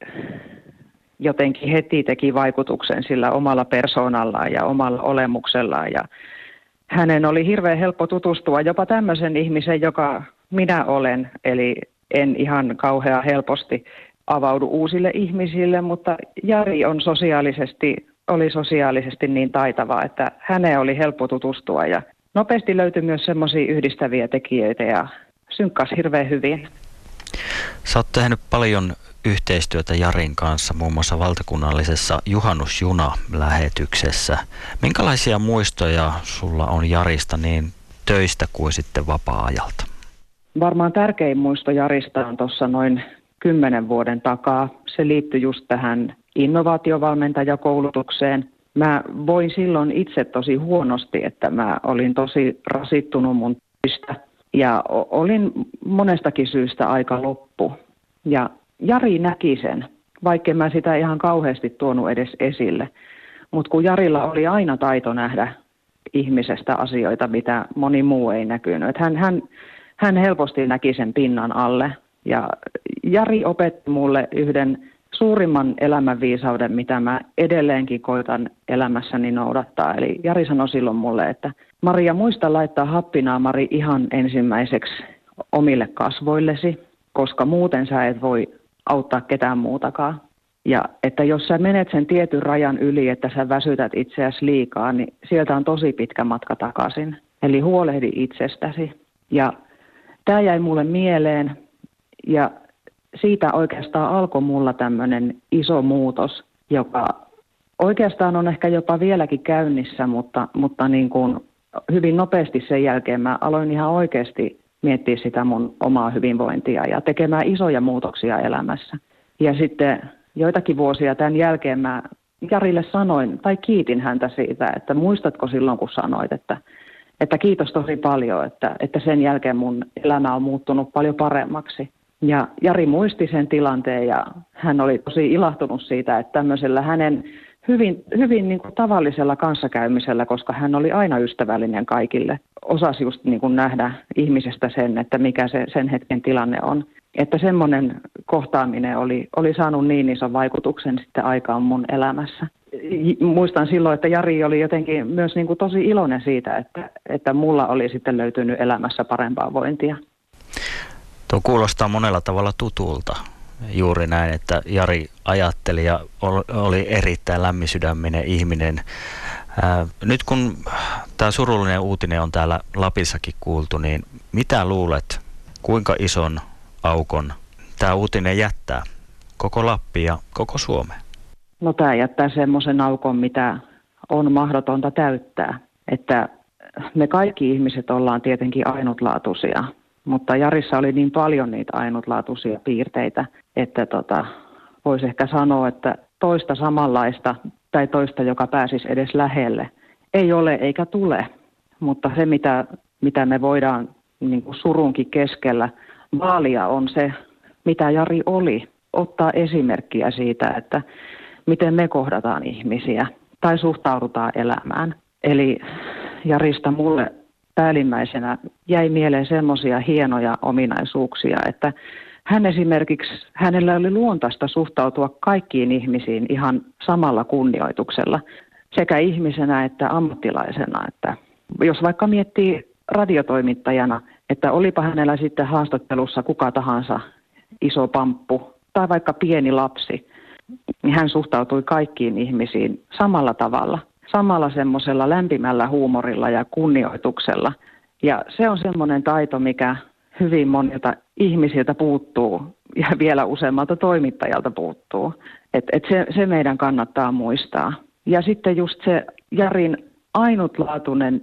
jotenkin heti teki vaikutuksen sillä omalla persoonallaan ja omalla olemuksellaan. Ja hänen oli hirveän helppo tutustua jopa tämmöisen ihmisen, joka minä olen, eli en ihan kauhean helposti avaudu uusille ihmisille, mutta Jari on sosiaalisesti, oli sosiaalisesti niin taitava, että häneen oli helppo tutustua ja nopeasti löytyi myös semmoisia yhdistäviä tekijöitä ja synkkasi hirveän hyvin. Sä oot tehnyt paljon yhteistyötä Jarin kanssa, muun muassa valtakunnallisessa Juhannusjuna-lähetyksessä. Minkälaisia muistoja sulla on Jarista niin töistä kuin sitten vapaa-ajalta? Varmaan tärkein muisto Jarista on tuossa noin kymmenen vuoden takaa. Se liittyi just tähän innovaatiovalmentajakoulutukseen. Mä voin silloin itse tosi huonosti, että mä olin tosi rasittunut mun töistä ja olin monestakin syystä aika loppu. Ja Jari näki sen, vaikka mä sitä ihan kauheasti tuonut edes esille. Mutta kun Jarilla oli aina taito nähdä ihmisestä asioita, mitä moni muu ei näkynyt. Hän, hän, hän helposti näki sen pinnan alle. Ja Jari opetti mulle yhden suurimman elämänviisauden, mitä mä edelleenkin koitan elämässäni noudattaa. Eli Jari sanoi silloin mulle, että Maria, muista laittaa happinaamari ihan ensimmäiseksi omille kasvoillesi, koska muuten sä et voi auttaa ketään muutakaan. Ja että jos sä menet sen tietyn rajan yli, että sä väsytät itseäsi liikaa, niin sieltä on tosi pitkä matka takaisin. Eli huolehdi itsestäsi. Ja tämä jäi mulle mieleen ja siitä oikeastaan alkoi mulla tämmöinen iso muutos, joka oikeastaan on ehkä jopa vieläkin käynnissä, mutta, mutta niin kuin hyvin nopeasti sen jälkeen mä aloin ihan oikeasti miettiä sitä mun omaa hyvinvointia ja tekemään isoja muutoksia elämässä. Ja sitten joitakin vuosia tämän jälkeen mä Jarille sanoin, tai kiitin häntä siitä, että muistatko silloin, kun sanoit, että, että kiitos tosi paljon, että, että sen jälkeen mun elämä on muuttunut paljon paremmaksi. Ja Jari muisti sen tilanteen ja hän oli tosi ilahtunut siitä, että tämmöisellä hänen hyvin, hyvin niin kuin tavallisella kanssakäymisellä, koska hän oli aina ystävällinen kaikille, osasi just niin kuin nähdä ihmisestä sen, että mikä se sen hetken tilanne on. Että semmoinen kohtaaminen oli, oli saanut niin ison vaikutuksen sitten aikaan mun elämässä. Muistan silloin, että Jari oli jotenkin myös niin kuin tosi iloinen siitä, että, että mulla oli sitten löytynyt elämässä parempaa vointia. Tuo kuulostaa monella tavalla tutulta. Juuri näin, että Jari ajatteli ja oli erittäin lämmisydäminen ihminen. Ää, nyt kun tämä surullinen uutinen on täällä Lapissakin kuultu, niin mitä luulet, kuinka ison aukon tämä uutinen jättää koko Lappi ja koko Suomeen? No tämä jättää semmoisen aukon, mitä on mahdotonta täyttää. Että me kaikki ihmiset ollaan tietenkin ainutlaatuisia, mutta Jarissa oli niin paljon niitä ainutlaatuisia piirteitä, että tota, voisi ehkä sanoa, että toista samanlaista tai toista, joka pääsisi edes lähelle, ei ole eikä tule. Mutta se, mitä, mitä me voidaan niin kuin surunkin keskellä vaalia, on se, mitä Jari oli. Ottaa esimerkkiä siitä, että miten me kohdataan ihmisiä tai suhtaudutaan elämään. Eli Jarista mulle päällimmäisenä jäi mieleen semmoisia hienoja ominaisuuksia, että hän esimerkiksi, hänellä oli luontaista suhtautua kaikkiin ihmisiin ihan samalla kunnioituksella, sekä ihmisenä että ammattilaisena. Että jos vaikka miettii radiotoimittajana, että olipa hänellä sitten haastattelussa kuka tahansa iso pamppu tai vaikka pieni lapsi, niin hän suhtautui kaikkiin ihmisiin samalla tavalla, samalla semmoisella lämpimällä huumorilla ja kunnioituksella. Ja se on semmoinen taito, mikä hyvin monilta ihmisiltä puuttuu ja vielä useammalta toimittajalta puuttuu. Et, et se, se meidän kannattaa muistaa. Ja sitten just se Jarin ainutlaatuinen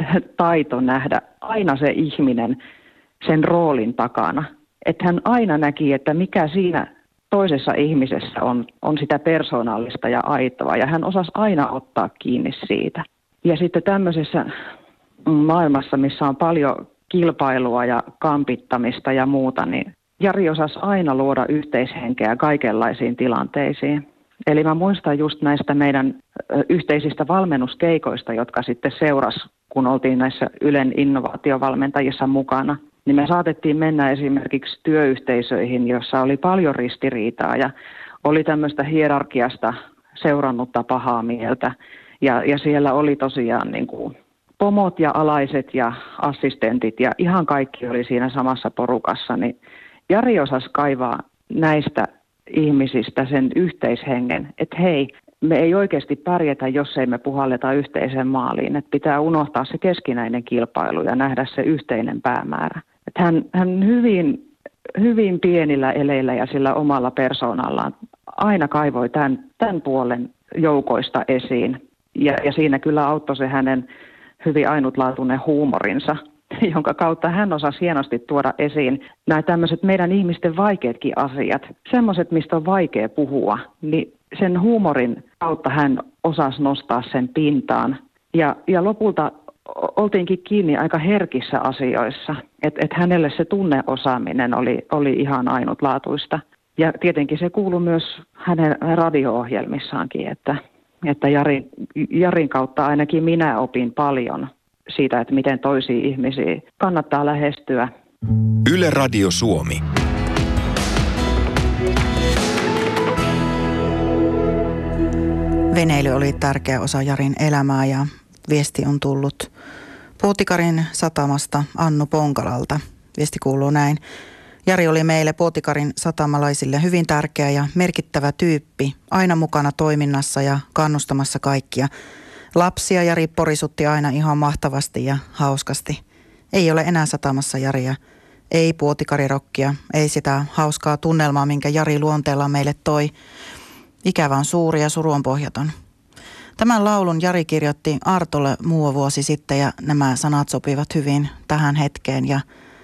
taito nähdä aina se ihminen sen roolin takana. Että hän aina näki, että mikä siinä toisessa ihmisessä on, on sitä persoonallista ja aitoa. Ja hän osasi aina ottaa kiinni siitä. Ja sitten tämmöisessä maailmassa, missä on paljon kilpailua ja kampittamista ja muuta, niin Jari osasi aina luoda yhteishenkeä kaikenlaisiin tilanteisiin. Eli mä muistan just näistä meidän yhteisistä valmennuskeikoista, jotka sitten seurasi, kun oltiin näissä Ylen innovaatiovalmentajissa mukana. Niin me saatettiin mennä esimerkiksi työyhteisöihin, jossa oli paljon ristiriitaa ja oli tämmöistä hierarkiasta seurannutta pahaa mieltä. Ja, ja siellä oli tosiaan niin kuin pomot ja alaiset ja assistentit ja ihan kaikki oli siinä samassa porukassa. Niin Jari osasi kaivaa näistä ihmisistä sen yhteishengen, että hei, me ei oikeasti pärjätä, jos ei me puhalleta yhteiseen maaliin. Että pitää unohtaa se keskinäinen kilpailu ja nähdä se yhteinen päämäärä. Että hän, hän hyvin, hyvin pienillä eleillä ja sillä omalla persoonallaan aina kaivoi tämän, tämän puolen joukoista esiin. Ja, ja siinä kyllä auttoi se hänen hyvin ainutlaatuinen huumorinsa, jonka kautta hän osasi hienosti tuoda esiin nämä tämmöiset meidän ihmisten vaikeatkin asiat. Semmoiset, mistä on vaikea puhua, niin sen huumorin kautta hän osasi nostaa sen pintaan. Ja, ja lopulta oltiinkin kiinni aika herkissä asioissa, että et hänelle se tunneosaaminen oli, oli ihan ainutlaatuista. Ja tietenkin se kuului myös hänen radio-ohjelmissaankin, että, että Jari, Jarin kautta ainakin minä opin paljon siitä, että miten toisia ihmisiä kannattaa lähestyä. Yle Radio Suomi. Veneily oli tärkeä osa Jarin elämää ja viesti on tullut Puotikarin satamasta Annu Ponkalalta. Viesti kuuluu näin. Jari oli meille Puotikarin satamalaisille hyvin tärkeä ja merkittävä tyyppi, aina mukana toiminnassa ja kannustamassa kaikkia. Lapsia Jari porisutti aina ihan mahtavasti ja hauskasti. Ei ole enää satamassa Jaria. Ei puotikarirokkia, ei sitä hauskaa tunnelmaa, minkä Jari luonteella meille toi. Ikävä on suuri ja suru on pohjaton. Tämän laulun Jari kirjoitti Artolle muu vuosi sitten ja nämä sanat sopivat hyvin tähän hetkeen. Ja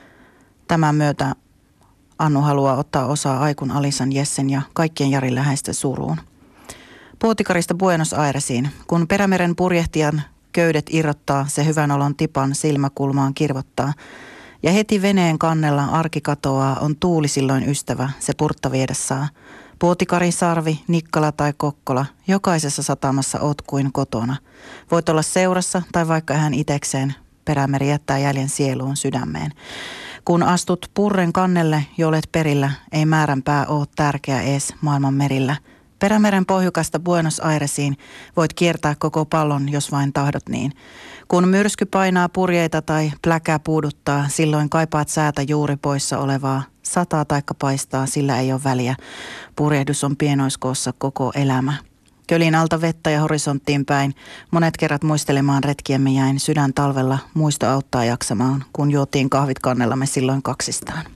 tämän myötä Annu haluaa ottaa osaa Aikun, Alisan, Jessen ja kaikkien Jarin läheisten suruun. Puotikarista Buenos Airesiin, kun Perämeren purjehtijan köydet irrottaa, se hyvän olon tipan silmäkulmaan kirvottaa. Ja heti veneen kannella arki katoaa, on tuuli silloin ystävä, se purtta viedä saa. Puotikarin sarvi, Nikkala tai Kokkola, jokaisessa satamassa oot kuin kotona. Voit olla seurassa tai vaikka hän itekseen, Perämeri jättää jäljen sieluun sydämeen. Kun astut purren kannelle, jo olet perillä, ei määränpää oo tärkeä ees maailman merillä. Perämeren pohjukasta Buenos Airesiin voit kiertää koko pallon, jos vain tahdot niin. Kun myrsky painaa purjeita tai pläkää puuduttaa, silloin kaipaat säätä juuri poissa olevaa. Sataa taikka paistaa, sillä ei ole väliä. Purjehdus on pienoiskoossa koko elämä. Kölin alta vettä ja horisonttiin päin. Monet kerrat muistelemaan retkiemme jäin. Sydän talvella muisto auttaa jaksamaan, kun juotiin kahvit kannellamme silloin kaksistaan.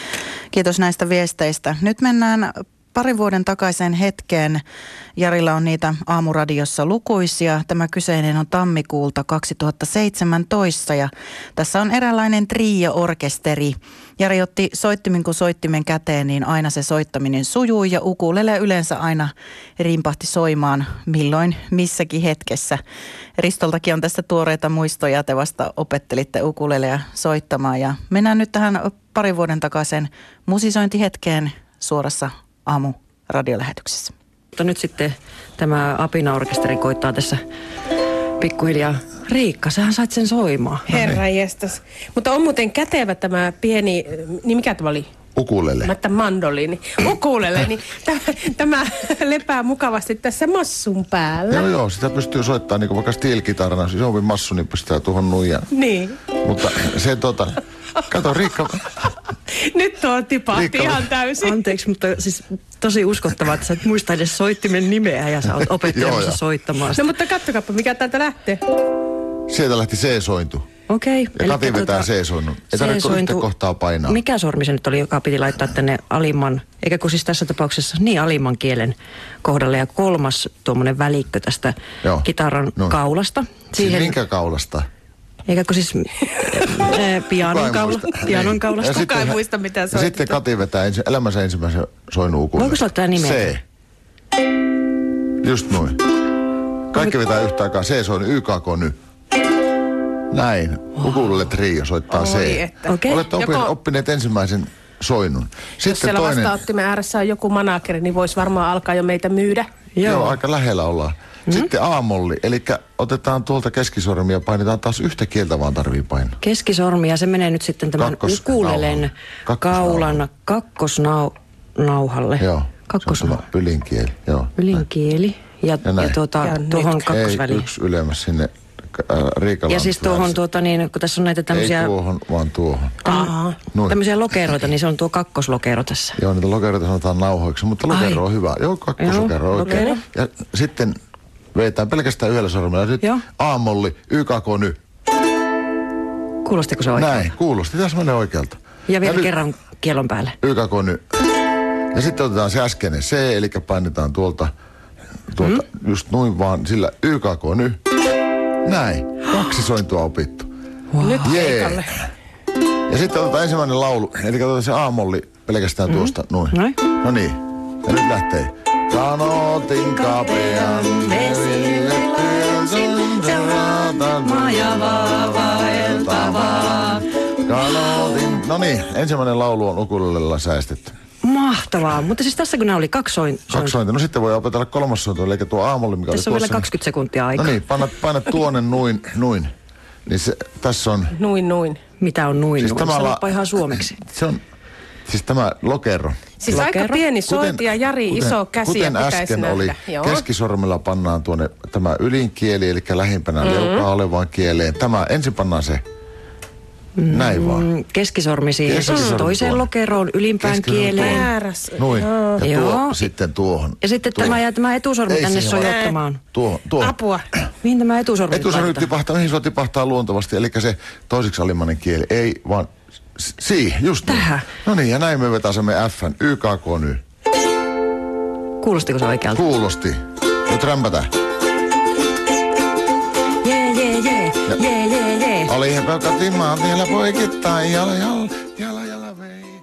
Kiitos näistä viesteistä. Nyt mennään parin vuoden takaiseen hetkeen. Jarilla on niitä aamuradiossa lukuisia. Tämä kyseinen on tammikuulta kaksituhattaseitsemäntoista ja tässä on eräänlainen trio-orkesteri. Jari otti soittimen kuin soittimen käteen, niin aina se soittaminen sujui ja ukulele yleensä aina rimpahti soimaan milloin missäkin hetkessä. Ristoltakin on tästä tuoreita muistoja, te vasta opettelitte ukulelea soittamaan ja mennään nyt tähän parin vuoden takaiseen musisointihetkeen suorassa aamuradiolähetyksessä. Mutta nyt sitten tämä Apina-orkesteri koittaa tässä pikkuhiljaa. Riikka, sähän sait sen soimaan. Herra jestas. Mutta on muuten kätevä tämä pieni, niin mikä tämä oli? Ukulele. Mä tämän mandoliini. Ukulele, niin tämä, tämä lepää mukavasti tässä massun päällä. Joo, joo, sitä pystyy soittamaan niin kuin vaikka steel-kitarana. Se on massu, niin pystytään tuohon nuijaan. Niin. Mutta se tota, kato Riikka. Nyt tuo tipahti Riikka, ihan täysin. Anteeksi, mutta siis tosi uskottavaa, että sä et muista edes soittimen nimeä ja sä oot opettelemassa soittamaan sitä. No mutta katsokaapa, mikä täältä lähtee. Sieltä lähti C-sointu. Okei. Ja Kati vetää C-soinnun. Ei tarvitse yhtä kohtaa painaa. Mikä sormi se nyt oli, joka piti laittaa tänne alimman, eikä kun siis tässä tapauksessa niin alimman kielen kohdalle. Ja kolmas tuommoinen välikkö tästä Joo. kitaran no. kaulasta. Siihen... Siis minkä kaulasta? Eikä kun siis äh, pianon, kaula, pianon kaulasta. Kuka sitten, ei muista mitä soitetaan. Ja sitten Kati vetää ensi, elämänsä ensimmäisen soinnun ukulele. Voiko soittaa nimeä? C. Just noin. Kaikki vetää yhtä aikaa. C-soinnu, Y K K nyt. Näin. Ukulele trio soittaa C. Okay. Olette oppineet, Joko... oppineet ensimmäisen soinnun. Sitten jos siellä toinen... vastaanottimen ääressä on joku manageri, niin voisi varmaan alkaa jo meitä myydä. Joo, Joo aika lähellä ollaan. Mm. Sitten A-molli, eli otetaan tuolta keskisormia ja painetaan taas yhtä kieltä vaan tarvii painaa. Keskisormi ja se menee nyt sitten tämän Kakkos, ukulelen kaulan kakkosnauhalle. Joo, kakkosnauhalle. Ylinkieli. Joo, ylinkieli ja, ja, ja tuota, tuohon kakkosväliin. Ei, yksi ylemmäs sinne Riikalla. Ja siis tuohon, tuota, niin, kun tässä on näitä tämmöisiä... Ei tuohon, vaan tuohon. Aha. Tämmöisiä lokeroita, niin se on tuo kakkoslokero tässä. Joo, niitä lokeroita sanotaan nauhoiksi, mutta lokero Ai. on hyvä. Joo, kakkoslokero oikein. Lokero. Ja sitten vetään pelkästään yhdellä sormella. Sitten A-molli, Y K K ny. Kuulostiko se oikein? Näin, kuulosti. Tässä menee oikealta. Ja vielä ja kerran nyt, kielon päälle. Y K K ny. Ja sitten otetaan se äskeinen C, eli painetaan tuolta, tuolta mm. just noin vaan sillä Y K K ny. Näin. Kaksi sointua opittu. Wow. Nyt Riikalle. Ja sitten otetaan ensimmäinen laulu. Eli katsotaan se A-molli pelkästään mm. tuosta. Noin. Noin. No niin. Ja nyt lähtee. Kanotin kapean merille ja vaeltavaa. Kanotin. No niin. Ensimmäinen laulu on ukulelella säästetty. Mahtavaa. Mutta siis tässä kun nämä oli kaksi sointua. Kaksi sointua. No sitten voi opetella kolmas sointua, eli tuo A-molli, mikä tässä oli on vielä kaksikymmentä sekuntia aikaa. No niin, painat, painat tuonne nuin, nuin. Niin se, tässä on... Nuin, nuin. Mitä on nuin, siis nuin? Sanoppa la... ihan suomeksi. Se on, siis tämä lokero. Siis lokero. Aika pieni sointi ja Jari kuten, iso käsi kuten pitäisi äsken nähdä. Oli, Joo. keskisormella pannaan tuonne tämä ylinkieli, eli lähimpänä mm-hmm. leukaa olevaan kieleen. Tämä, ensin pannaan se. Mm, Näin vaan. Keskisormi siihen Keskisormi toiseen tuonne. Lokeroon, ylimpään kieleen. Noin. Ja tuo, Joo. sitten tuohon. Ja sitten tuohon. Tämä jää tämä etusormi Ei tänne sojottamaan. Tuo, tuo. Apua. Mihin tämä etusormi Etusormi tipahtaa, mihin se tipahtaa luontevasti, eli se toiseksi alimmainen kieli. Ei, vaan Si, just Tähän. Niin. No niin, ja näin me vetäsemme F:n. Y K K nyt. Kuulostiko se oikealta? Kuulosti. Nyt rämpätä. Jee, jee, jee. Jee, jee, jee. Oli he peukat maat niillä poikittain. Jala, jala, jala, jala vei.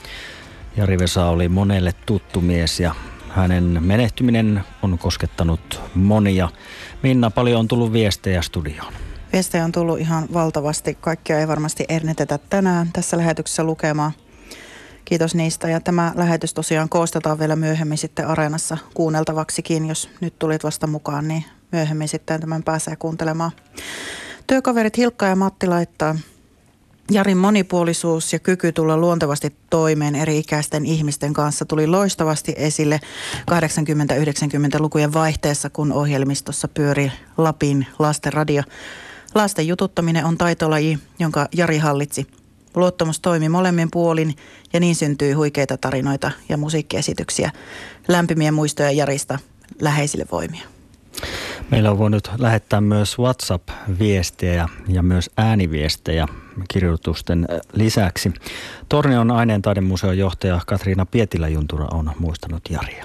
Jari Vesa oli monelle tuttu mies ja hänen menehtyminen on koskettanut monia. Minna, paljon on tullut viestejä studioon. Viestejä on tullut ihan valtavasti. Kaikkia ei varmasti ernitetä tänään tässä lähetyksessä lukemaan. Kiitos niistä. Ja tämä lähetys tosiaan koostetaan vielä myöhemmin sitten Areenassa kuunneltavaksikin. Jos nyt tulit vasta mukaan, niin myöhemmin sitten tämän pääsee kuuntelemaan. Työkaverit Hilkka ja Matti laittaa: Jarin monipuolisuus ja kyky tulla luontevasti toimeen eri-ikäisten ihmisten kanssa tuli loistavasti esille kahdeksankymmentä-yhdeksänkymmentälukujen vaihteessa, kun ohjelmistossa pyöri Lapin lastenradio. Lasten jututtaminen on taitolaji, jonka Jari hallitsi. Luottamus toimi molemmin puolin ja niin syntyi huikeita tarinoita ja musiikkiesityksiä. Lämpimiä muistoja Jarista läheisille voimia. Meillä on voinut lähettää myös WhatsApp-viestejä ja myös ääniviestejä kirjoitusten lisäksi. Tornion Aineentaidemuseon johtaja Katriina Pietilä-Juntura on muistanut Jaria.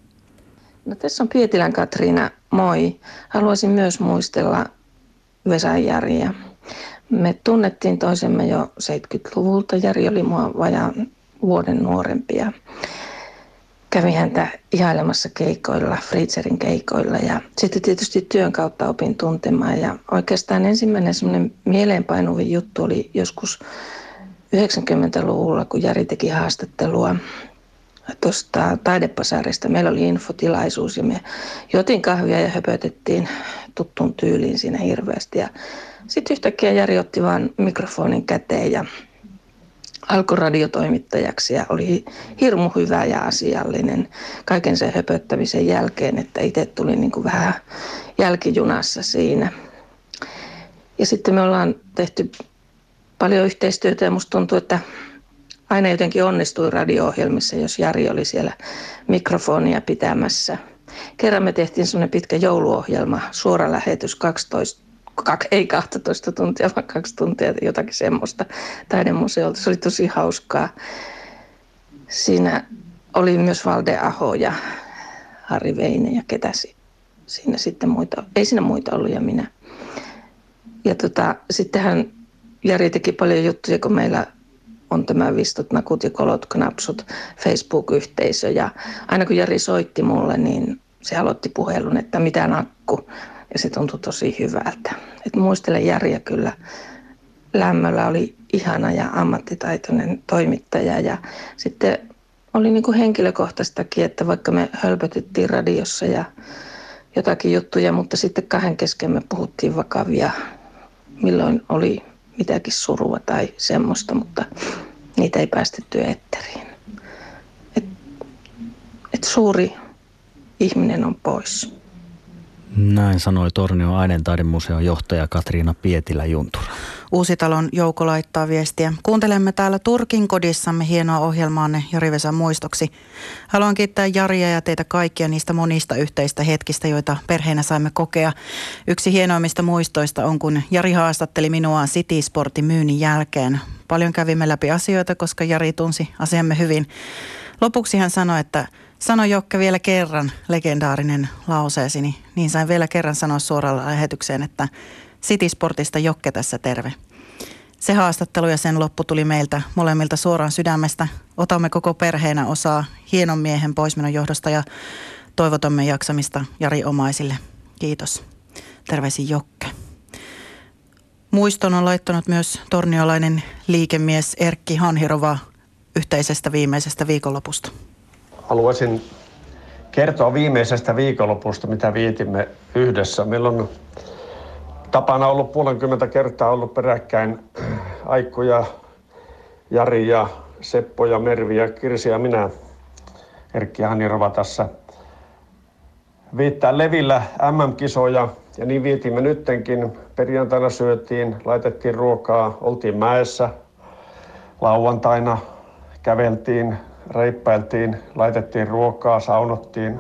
No, tässä on Pietilän Katriina, moi. Haluaisin myös muistella Vesan Jaria. Me tunnettiin toisemme jo seitsemänkymmentäluvulta. Jari oli mua vajaan vuoden nuorempia. Kävin häntä ihailemassa keikoilla, Friedzerin keikoilla ja sitten tietysti työn kautta opin tuntemaan. Ja oikeastaan ensimmäinen semmoinen mieleenpainuvin juttu oli joskus yhdeksänkymmentäluvulla, kun Jari teki haastattelua tuosta Taidepasaarista. Meillä oli infotilaisuus ja me jotin kahvia ja höpötettiin tuttuun tyyliin siinä hirveästi. Ja sitten yhtäkkiä Jari otti vaan mikrofonin käteen ja alkoi radiotoimittajaksi ja oli hirmu hyvä ja asiallinen kaiken sen höpöttämisen jälkeen, että itse tuli niin kuin vähän jälkijunassa siinä. Ja sitten me ollaan tehty paljon yhteistyötä ja musta tuntuu, että aina jotenkin onnistui radio-ohjelmissa, jos Jari oli siellä mikrofonia pitämässä. Kerran me tehtiin semmoinen pitkä jouluohjelma, suora lähetys kaksitoista, kak, ei kaksitoista tuntia, vaan kaksi tuntia jotakin semmoista taidemuseolta. Se oli tosi hauskaa. Siinä oli myös Valde Aho ja Harri Veine ja ketä siinä sitten muita, ei siinä muita ollut ja minä. Ja tota, sittenhän Jari teki paljon juttuja, kun meillä on tämä Vistut, Nakut ja Kolot, Knapsut Facebook-yhteisö. Ja aina kun Jari soitti mulle, niin se aloitti puhelun, että mitä nakku. Ja se tuntui tosi hyvältä. Et muistelen Jaria kyllä lämmöllä, oli ihana ja ammattitaitoinen toimittaja. Ja sitten oli niin kuin henkilökohtaistakin, että vaikka me hölpötettiin radiossa ja jotakin juttuja, mutta sitten kahden kesken me puhuttiin vakavia, milloin oli mitäkin surua tai semmoista, mutta niitä ei päästetty eetteriin. Et, et suuri ihminen on pois. Näin sanoi Tornion Aineentaidemuseon johtaja Katriina Pietilä-Juntura. Uusitalon Jouko laittaa viestiä. Kuuntelemme täällä Turkin kodissamme hienoa ohjelmaanne Jari Vesan muistoksi. Haluan kiittää Jaria ja teitä kaikkia niistä monista yhteistä hetkistä, joita perheenä saimme kokea. Yksi hienoimmista muistoista on, kun Jari haastatteli minua City Sportin myynnin jälkeen. Paljon kävimme läpi asioita, koska Jari tunsi asiamme hyvin. Lopuksi hän sanoi, että sano Jokke vielä kerran legendaarinen lauseesi, niin sain vielä kerran sanoa suoraan lähetykseen, että City Sportista Jokke tässä terve. Se haastattelu ja sen loppu tuli meiltä molemmilta suoraan sydämestä. Otamme koko perheenä osaa hienon miehen poismenon johdosta ja toivotamme jaksamista Jari omaisille. Kiitos. Terveisin Jokke. Muiston on laittanut myös torniolainen liikemies Erkki Hanhirova yhteisestä viimeisestä viikonlopusta. Haluaisin kertoa viimeisestä viikonlopusta, mitä vietimme yhdessä. Meillä on tapana ollut puolenkymmentä kertaa ollut peräkkäin Aikku ja Jari ja Seppo ja Mervi ja Kirsi ja minä, Erkki ja Hanhirova tässä viittää Levillä M M-kisoja ja niin vietimme nyttenkin. Perjantaina syötiin, laitettiin ruokaa, oltiin mäessä, lauantaina käveltiin, reippailtiin, laitettiin ruokaa, saunottiin.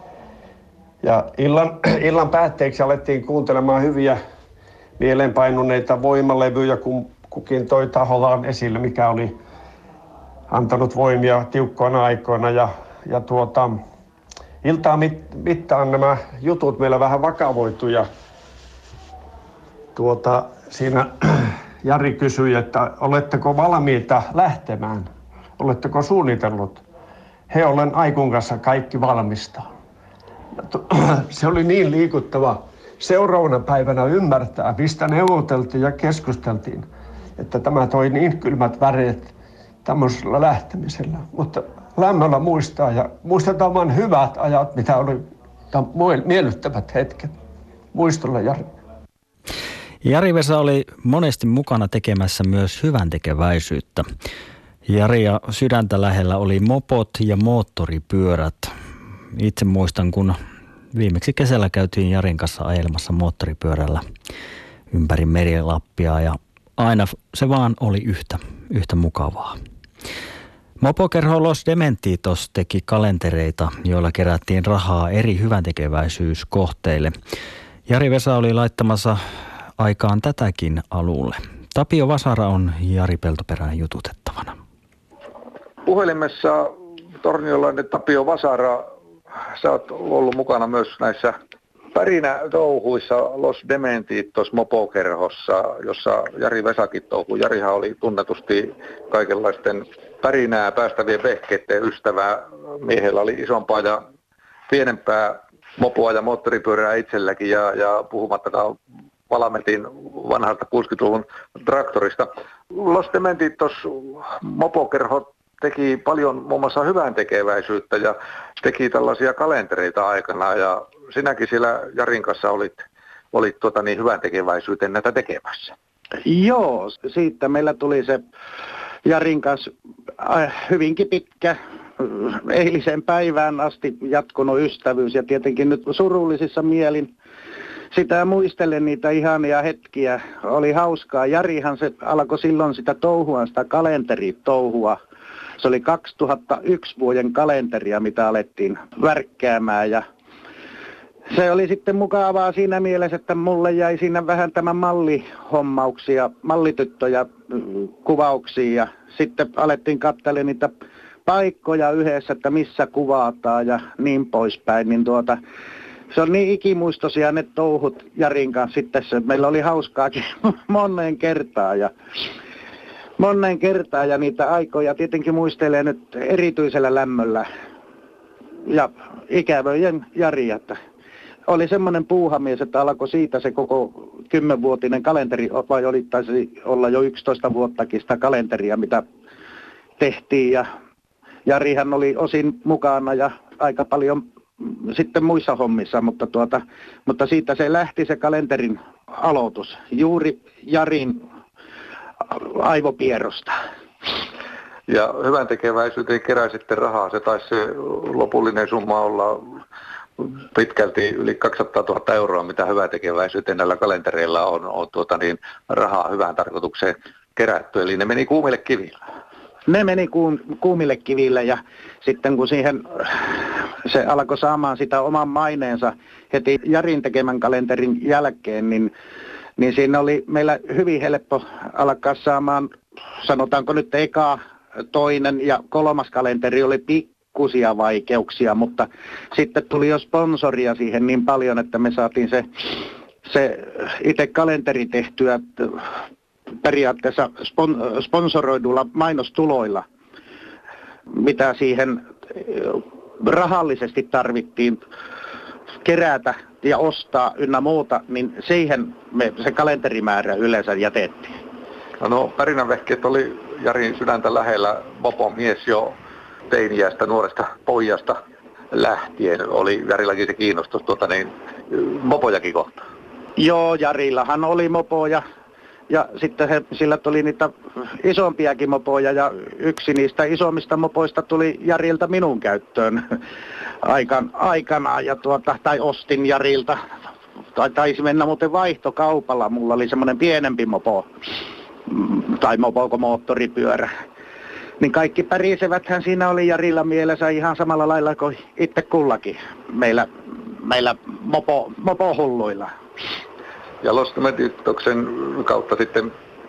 Ja illan, illan päätteeksi alettiin kuuntelemaan hyviä mieleenpainuneita voimalevyjä, kun kukin toi tahollaan esille, mikä oli antanut voimia tiukkoina aikoina. Ja, ja tuota, iltaan mit, mittaan nämä jutut meillä vähän vakavoitu ja tuota, siinä Jari kysyi, että oletteko valmiita lähtemään? Oletteko suunnitellut? He olen Aikun kanssa kaikki valmista. Se oli niin liikuttava seuraavana päivänä ymmärtää, mistä neuvoteltiin ja keskusteltiin, että tämä toi niin kylmät väreet tämmöisellä lähtemisellä. Mutta lämmöllä muistaa ja muistetaan vain hyvät ajat, mitä oli miellyttävät hetket. Muistolla Jari. Jari-Vesa oli monesti mukana tekemässä myös hyväntekeväisyyttä. Jari ja sydäntä lähellä oli mopot ja moottoripyörät. Itse muistan, kun viimeksi kesällä käytiin Jarin kanssa ajelemassa moottoripyörällä ympäri Merilappia ja aina se vaan oli yhtä, yhtä mukavaa. Mopokerho Los Dementitos teki kalentereita, joilla kerättiin rahaa eri hyväntekeväisyyskohteille. Jari-Vesa oli laittamassa aikaan tätäkin alulle. Tapio Vasara on Jari Peltoperän jututettavana. Puhelimessa torniolainen Tapio Vasara, sä oot ollut mukana myös näissä pärinätouhuissa Los Dementitos mopokerhossa, jossa Jari Vesakin touhui. Jarihan oli tunnetusti kaikenlaisten pärinää päästävien vehkeiden ystävää. Miehellä oli isompaa ja pienempää mopoa ja moottoripyörää itselläkin ja, ja puhumattakaan Valametin vanhalta kuusikymmentäluvun traktorista. Los Dementitos mopokerho teki paljon muun muassa hyväntekeväisyyttä ja teki tällaisia kalentereita aikana ja sinäkin siellä Jarin kanssa olit, olit tuota niin, hyväntekeväisyyteen näitä tekemässä. Joo, siitä meillä tuli se Jarin kanssa hyvinkin pitkä eilisen päivään asti jatkunut ystävyys ja tietenkin nyt surullisissa mielin sitä muistelen niitä ihania hetkiä. Oli hauskaa. Jarihan se alkoi silloin sitä touhua, sitä kalenteritouhua. Se oli kaksituhattayksi vuoden kalenteria, mitä alettiin värkkäämään ja se oli sitten mukavaa siinä mielessä, että mulle jäi siinä vähän tämän mallihommauksia, mallityttöjä kuvauksia ja sitten alettiin katsella niitä paikkoja yhdessä, että missä kuvataan ja niin poispäin, niin tuota se on niin ikimuistoisia ne touhut Jarin kanssa sitten se, meillä oli hauskaakin moneen kertaan ja moneen kertaan ja niitä aikoja tietenkin muistelee nyt erityisellä lämmöllä ja ikävöjen Jari, että oli semmoinen puuhamies, että alkoi siitä se koko kymmenvuotinen kalenteri, vai oli, taisi olla jo yksitoista vuottakin sitä kalenteria, mitä tehtiin ja Jarihan oli osin mukana ja aika paljon sitten muissa hommissa, mutta, tuota, mutta siitä se lähti se kalenterin aloitus juuri Jarin aivopierrosta. Ja hyvän tekeväisyyteen keräsitte rahaa, se taisi se lopullinen summa olla pitkälti yli kaksisataatuhatta euroa, mitä hyvän tekeväisyyteen näillä kalentereilla on, on tuota niin, rahaa hyvään tarkoitukseen kerätty, eli ne meni kuumille kiville. Ne meni kuumille kiville ja sitten kun siihen se alkoi saamaan sitä oman maineensa heti Jarin tekemän kalenterin jälkeen, niin, niin siinä oli meillä hyvin helppo alkaa saamaan, sanotaanko nyt eka, toinen ja kolmas kalenteri oli pikkusia vaikeuksia, mutta sitten tuli jo sponsoria siihen niin paljon, että me saatiin se, se itse kalenteri tehtyä periaatteessa spon- sponsoroiduilla mainostuloilla, mitä siihen rahallisesti tarvittiin kerätä ja ostaa ynnä muuta, niin siihen me se kalenterimäärä yleensä jätettiin. No pärinänvehkeet oli Jarin sydäntä lähellä, mopo mies jo teiniästä, nuoresta pojasta lähtien. Oli Jarillakin se kiinnostus tuota niin, mopojakin kohtaan. Joo, Jarillahan oli mopoja. Ja sitten he, sillä tuli niitä isompiakin mopoja ja yksi niistä isommista mopoista tuli Jarilta minun käyttöön aikan, aikanaan. Ja tuota, tai ostin Jarilta, tai taisi mennä muuten vaihtokaupalla. Mulla oli semmoinen pienempi mopo, tai mopo moottoripyörä. Niin kaikki päriseväthän siinä oli Jarilla mielessä ihan samalla lailla kuin itse kullakin meillä, meillä mopo, mopohulluilla. Ja Los Dementitoksen kautta sitten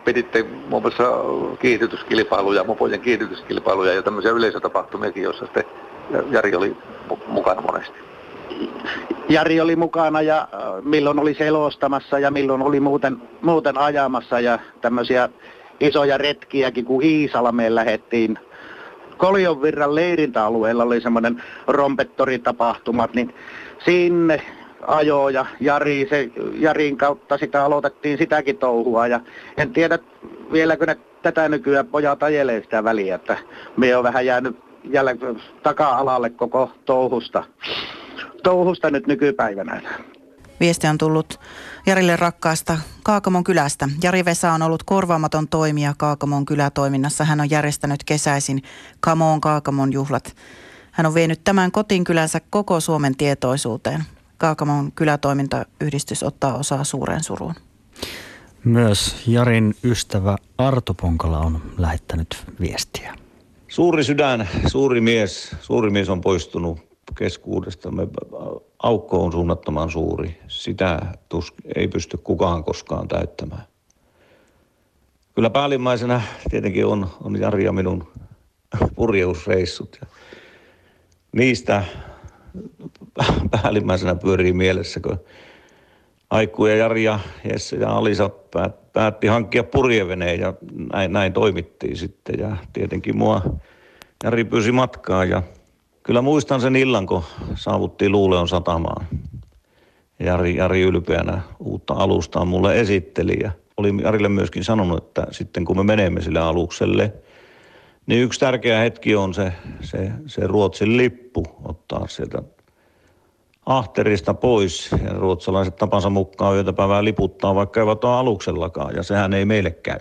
piditte muun muassa kiihdytyskilpailuja, mopojen kiihdytyskilpailuja ja tämmöisiä yleisötapahtumiakin, joissa sitten Jari oli mukana monesti. Jari oli mukana ja milloin oli selostamassa ja milloin oli muuten, muuten ajamassa ja tämmöisiä isoja retkiäkin, kun Iisalmeen lähdettiin. Koljonvirran leirintäalueella oli semmoinen rompettoritapahtumat, niin sinne ajo ja Jari, se, Jarin kautta sitä aloitettiin sitäkin touhua ja en tiedä vieläkö ne tätä nykyään pojat ajelee sitä väliä, että me on vähän jäänyt jäl- taka-alalle koko touhusta. touhusta nyt nykypäivänä. Viesti on tullut Jarille rakkaasta Kaakamon kylästä. Jari Vesa on ollut korvaamaton toimija Kaakamon kylätoiminnassa. Hän on järjestänyt kesäisin Kamoon Kaakamon juhlat. Hän on vienyt tämän kotinkylänsä koko Suomen tietoisuuteen. Kaakamon kylätoimintayhdistys ottaa osaa suureen suruun. Myös Jarin ystävä Arto Ponkala on lähettänyt viestiä. Suuri sydän, suuri mies, suuri mies on poistunut keskuudestamme. Aukko on suunnattoman suuri. Sitä tus, ei pysty kukaan koskaan täyttämään. Kyllä päällimmäisenä tietenkin on, on Jari ja minun purjeusreissut. Ja niistä päällimmäisenä pyörii mielessä, kun Aikku ja Jari ja Jesse ja Alisa päät, päätti hankkia purjeveneen ja näin, näin toimittiin sitten. Ja tietenkin mua Jari pyysi matkaa ja kyllä muistan sen illan, kun saavuttiin Luuleon satamaan. Jari, Jari ylpeänä uutta alustaa mulle esitteli ja oli Jarille myöskin sanonut, että sitten kun me menemme sille alukselle, niin yksi tärkeä hetki on se, se, se Ruotsin lippu ottaa sieltä ahterista pois. Ja ruotsalaiset tapansa mukaan yötä päivää liputtaa, vaikka eivät ole aluksellakaan, ja sehän ei meille käy.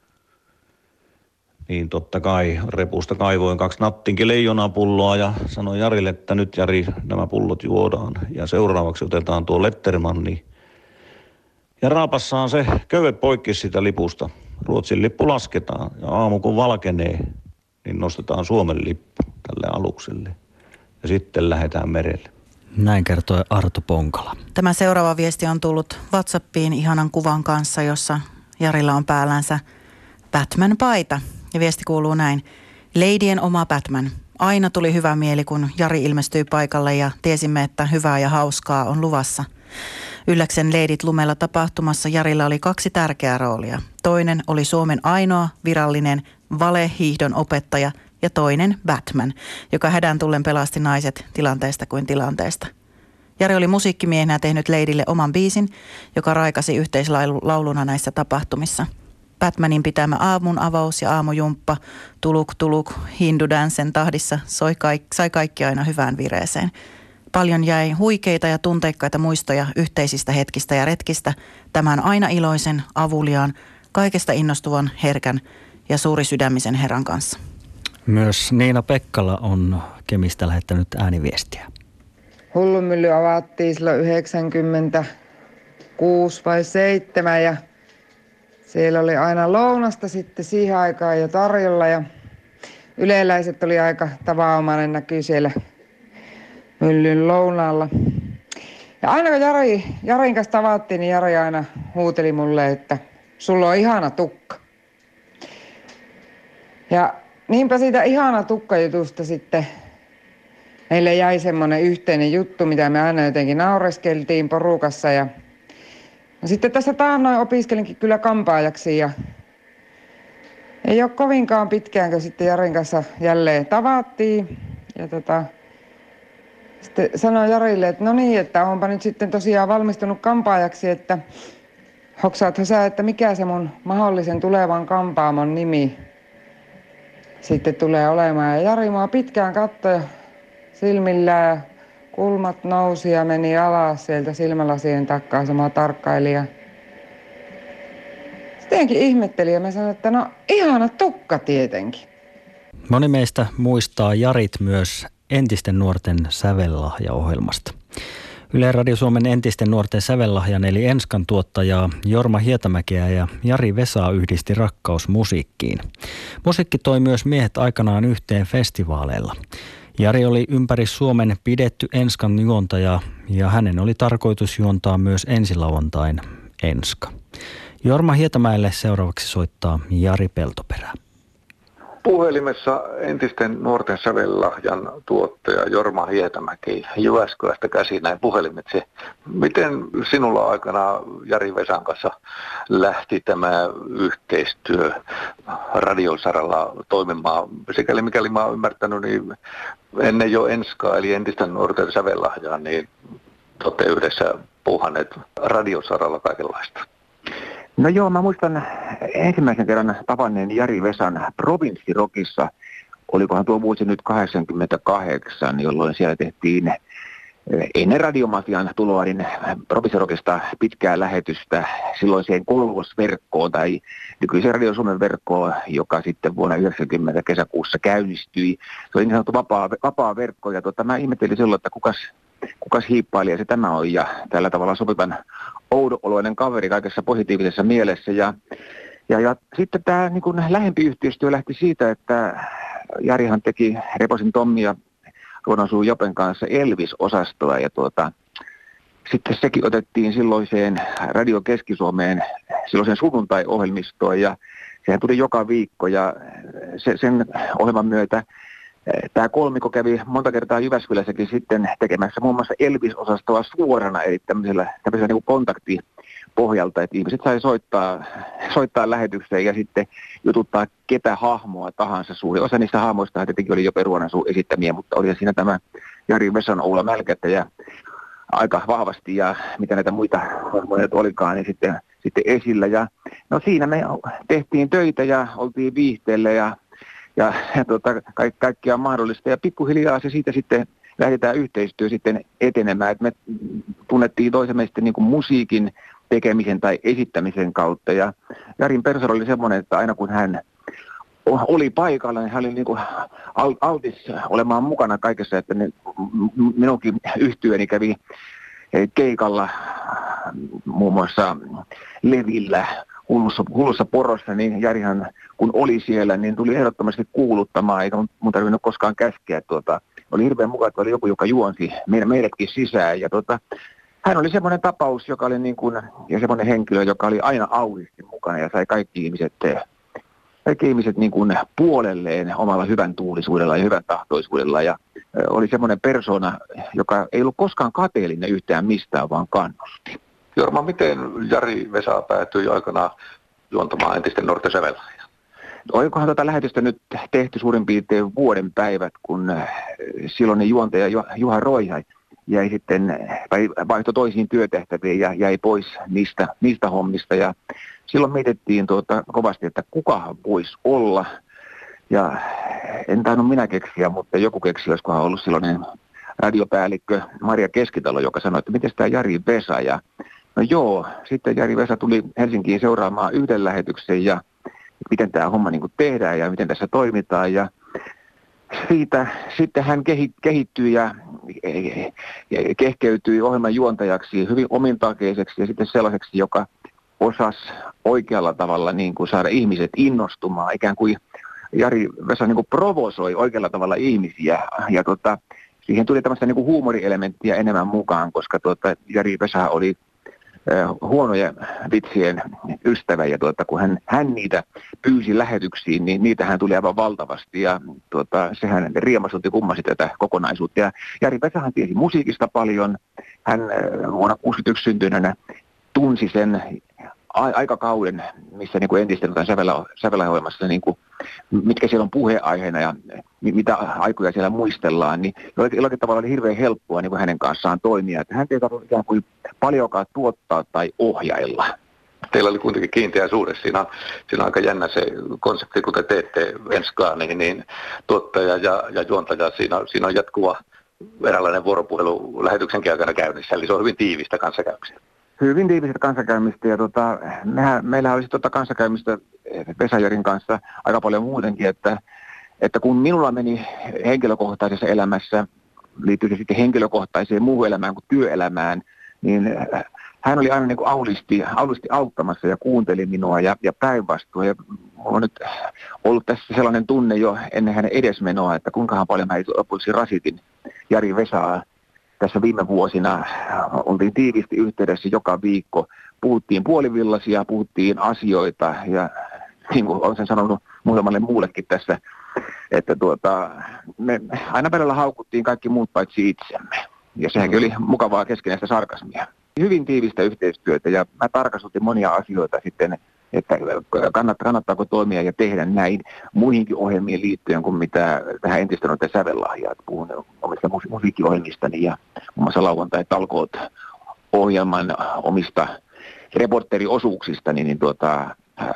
Niin totta kai repusta kaivoin kaksi nattinkin leijonapulloa ja sanoin Jarille, että nyt Jari nämä pullot juodaan. Ja seuraavaksi otetaan tuo Lettermanni. Ja raapassaan se köydet poikki sitä lipusta. Ruotsin lippu lasketaan ja aamu kun valkenee, niin nostetaan Suomen lippu tälle alukselle. Ja sitten lähdetään merelle. Näin kertoi Arto Ponkala. Tämä seuraava viesti on tullut WhatsAppiin ihanan kuvan kanssa, jossa Jarilla on päällänsä Batman-paita. Ja viesti kuuluu näin. Leidien oma Batman. Aina tuli hyvä mieli, kun Jari ilmestyi paikalle ja tiesimme, että hyvää ja hauskaa on luvassa. Ylläksen leidit lumella tapahtumassa Jarilla oli kaksi tärkeää roolia. Toinen oli Suomen ainoa virallinen valehiihdon opettaja ja toinen Batman, joka hädän tullen pelasti naiset tilanteesta kuin tilanteesta. Jari oli musiikkimiehenä tehnyt leidille oman biisin, joka raikasi yhteislauluna näissä tapahtumissa. Batmanin pitämä aamun avaus ja aamujumppa, tuluk tuluk, hindudansen tahdissa soi kaik, sai kaikki aina hyvään vireeseen. Paljon jäi huikeita ja tunteikkaita muistoja yhteisistä hetkistä ja retkistä tämän aina iloisen, avuliaan, kaikesta innostuvan, herkän ja suurisydämisen herran kanssa. Myös Niina Pekkala on Kemistä lähettänyt ääniviestiä. Hullunmylly avattiin silloin yhdeksänkymmentäkuusi vai seitsemän ja siellä oli aina lounasta sitten siihen aikaan jo tarjolla ja yleläiset oli aika tavanomainen näkyy siellä myllyn lounaalla. Ja aina kun Jari, Jarin kanssa tavattiin, niin Jari aina huuteli mulle, että sulla on ihana tukka. Ja niinpä siitä ihana tukkajutusta sitten meille jäi semmoinen yhteinen juttu, mitä me aina jotenkin naureskeltiin porukassa. Ja no sitten tässä taannoin opiskelinkin kyllä kampaajaksi ja ei ole kovinkaan pitkään, kun sitten Jarin kanssa jälleen tavattiin. Ja tota, sitten sanoin Jarille, että no niin, että onpa nyt sitten tosiaan valmistunut kampaajaksi, että hoksaathan sä, että mikä se mun mahdollisen tulevan kampaamon nimi sitten tulee olemaan. Ja Jari mua pitkään katsoi silmillään, kulmat nousi ja meni alas sieltä silmälasien takaa sama tarkkailija. Sittenkin ihmetteli ja mä sanoin, että no ihana tukka tietenkin. Moni meistä muistaa Jarit myös entisten nuorten sävellahja-ohjelmasta. Yle Radio Suomen entisten nuorten sävellahjan eli Enskan tuottajaa Jorma Hietamäkeä ja Jari Vesaa yhdisti rakkaus musiikkiin. Musiikki toi myös miehet aikanaan yhteen festivaaleilla. Jari oli ympäri Suomen pidetty Enskan juontaja ja hänen oli tarkoitus juontaa myös ensilauantain Enska. Jorma Hietamäelle seuraavaksi soittaa Jari Peltoperä. Puhelimessa entisten nuorten sävellahjan tuottaja Jorma Hietamäki Jyväskylästä käsin näin puhelimitse. Miten sinulla aikana Jari Vesan kanssa lähti tämä yhteistyö radiosaralla toimimaan? Sikäli mikäli mä oon ymmärtänyt, niin ennen jo Enskaa eli entisten nuorten sävellahjaa, niin te olette yhdessä puuhanneet radiosaralla kaikenlaista. No joo, mä muistan ensimmäisen kerran tavanneen Jari Vesan Provinssirokissa, olikohan tuo vuosi nyt kahdeksankymmentäkahdeksan, jolloin siellä tehtiin ennen Radiomafian tuloa niin Provinssirokista pitkää lähetystä silloiseen kolmosverkkoon tai nykyiseen Radio Suomen verkkoon, joka sitten vuonna yhdeksänkymmentä kesäkuussa käynnistyi. Se oli niin sanottu vapaa, vapaa verkko ja tota, mä ihmettelin silloin, että kukas, kukas hiippailija se tämä on ja tällä tavalla sopivan oudon-oloinen kaveri kaikessa positiivisessa mielessä. Ja, ja, ja sitten tämä niin kuin lähempi yhteistyö lähti siitä, että Jarihan teki Reposin Tommi ja Ruononsuun Jopen kanssa Elvis-osastoa ja tuota, sitten sekin otettiin silloiseen Radio Keski-Suomeen, silloiseen sunnuntai-ohjelmistoon ja sehän tuli joka viikko ja se, sen ohjelman myötä tämä kolmikko kävi monta kertaa Jyväskylässäkin sitten tekemässä muun muassa Elvis-osastoa suorana, eli tämmöisellä, tämmöisellä niin kuin kontaktipohjalta, että ihmiset sai soittaa, soittaa lähetykseen ja sitten jututtaa ketä hahmoa tahansa. Suuri osa niistä hahmoista tietenkin oli jo Ruononsuun esittämiä, mutta oli siinä tämä Jari Vesan Oula Mälkättä ja aika vahvasti ja mitä näitä muita hahmoja olikaan, niin sitten, sitten esillä. Ja, no siinä me tehtiin töitä ja oltiin viihteellä ja Ja, ja tuota, ka- kaikkia mahdollista. Ja pikkuhiljaa se siitä sitten lähdetään yhteistyö sitten etenemään. Et me tunnettiin toisemme sitten niin kuin musiikin tekemisen tai esittämisen kautta. Ja Jarin persoona oli semmoinen, että aina kun hän oli paikalla, niin hän oli niin kuin altis olemaan mukana kaikessa. Että ne, minunkin yhtyeeni kävi keikalla muun muassa Levillä. Hullussa, hullussa porossa, niin Jarihan kun oli siellä, niin tuli ehdottomasti kuuluttamaan, eikä mun tarvinnut koskaan käskeä. Tuota, oli hirveän mukava, että oli joku, joka juonsi meidän, meidätkin sisään. Ja tuota, hän oli semmoinen tapaus, joka oli niin kuin, ja semmoinen henkilö, joka oli aina auliisti mukana ja sai kaikki ihmiset, kaikki ihmiset niin kuin puolelleen omalla hyvän tuulisuudella ja hyvän tahtoisuudella. Ja oli semmoinen persona, joka ei ollut koskaan kateellinen yhtään mistään, vaan kannusti. Jorma, miten Jari Vesa päätyi aikanaan juontamaan entisten nuorten sävellahjaa? Oikohan tuota lähetystä nyt tehty suurin piirtein vuoden päivät, kun silloinen juontaja Juha Roihai jäi sitten, tai vaihtoi toisiin työtehtäviin ja jäi pois niistä, niistä hommista. Ja silloin mietittiin tuota kovasti, että kukahan voisi olla. Ja en tainnut minä keksiä, mutta joku keksi, olisikohan ollut silloinen radiopäällikkö Maria Keskitalo, joka sanoi, että miten tämä Jari Vesa. Ja no joo, sitten Jari Vesa tuli Helsinkiin seuraamaan yhden lähetyksen ja miten tämä homma niin kuin tehdään ja miten tässä toimitaan. Ja siitä sitten hän kehittyi ja kehkeytyi ohjelman juontajaksi hyvin omintakeiseksi ja sitten sellaiseksi, joka osasi oikealla tavalla niin kuin saada ihmiset innostumaan. Ikään kuin Jari Vesa niin kuin provosoi oikealla tavalla ihmisiä ja tota, siihen tuli tämmöistä niin kuin huumorielementtiä enemmän mukaan, koska tuota, Jari Vesa oli huonoja vitsien ystävä ja tuota, kun hän, hän niitä pyysi lähetyksiin, niin niitähän tuli aivan valtavasti ja tuota, sehän riemasutti kummasi tätä kokonaisuutta. Ja Jari Vesahan tiesi musiikista paljon. Hän vuonna kuusikymmentäyksi syntyneenä tunsi sen a- aikakauden, missä niin kuin entisten sävelä, säveläohjelmassa, niin kuin, mitkä siellä on puheenaiheena ja mitä aikoja siellä muistellaan, niin jollakin tavalla oli hirveän helppoa niin kuin hänen kanssaan toimia. Että hän ei tarvitse ikään kuin paljonkaan tuottaa tai ohjailla. Teillä oli kuitenkin kiinteä suhde. Siinä on, siinä on aika jännä se konsepti, kun te teette Enskaa, niin, niin tuottaja ja, ja juontaja, siinä, siinä on jatkuva eräänlainen vuoropuhelu lähetyksenkin aikana käynnissä, eli se on hyvin tiivistä kanssakäymistä. Hyvin tiivistä kanssakäymistä ja tota, mehän, meillähän olisi tota kanssakäymistä Vesa-Jarin kanssa aika paljon muutenkin, että, että kun minulla meni henkilökohtaisessa elämässä, liittyy se sitten henkilökohtaiseen muuhun elämään kuin työelämään, niin hän oli aina niin kuin aulisti, aulisti auttamassa ja kuunteli minua ja, ja päinvastoin. Ja mulla on nyt ollut tässä sellainen tunne jo ennen hänen edesmenoa, että kuinkahan paljon mä lopuksi rasitin Jari Vesaa. Tässä viime vuosina oltiin tiivisti yhteydessä joka viikko puhuttiin puolivillaisia, puhuttiin asioita ja niin kuin olen sen sanonut muutamalle muullekin tässä, että tuota, me aina välillä haukuttiin kaikki muut paitsi itsemme. Ja sehän oli mukavaa keskinäistä sarkasmia. Hyvin tiivistä yhteistyötä ja mä tarkastutin monia asioita sitten, että kannattaako toimia ja tehdä näin muihinkin ohjelmiin liittyen kuin mitä tähän entistä noita sävellahjaa. Puhun omista musiikkiohjelmistani ja muun muassa lauantai-talkoot ohjelman omista reporteriosuuksista, niin, niin tuota,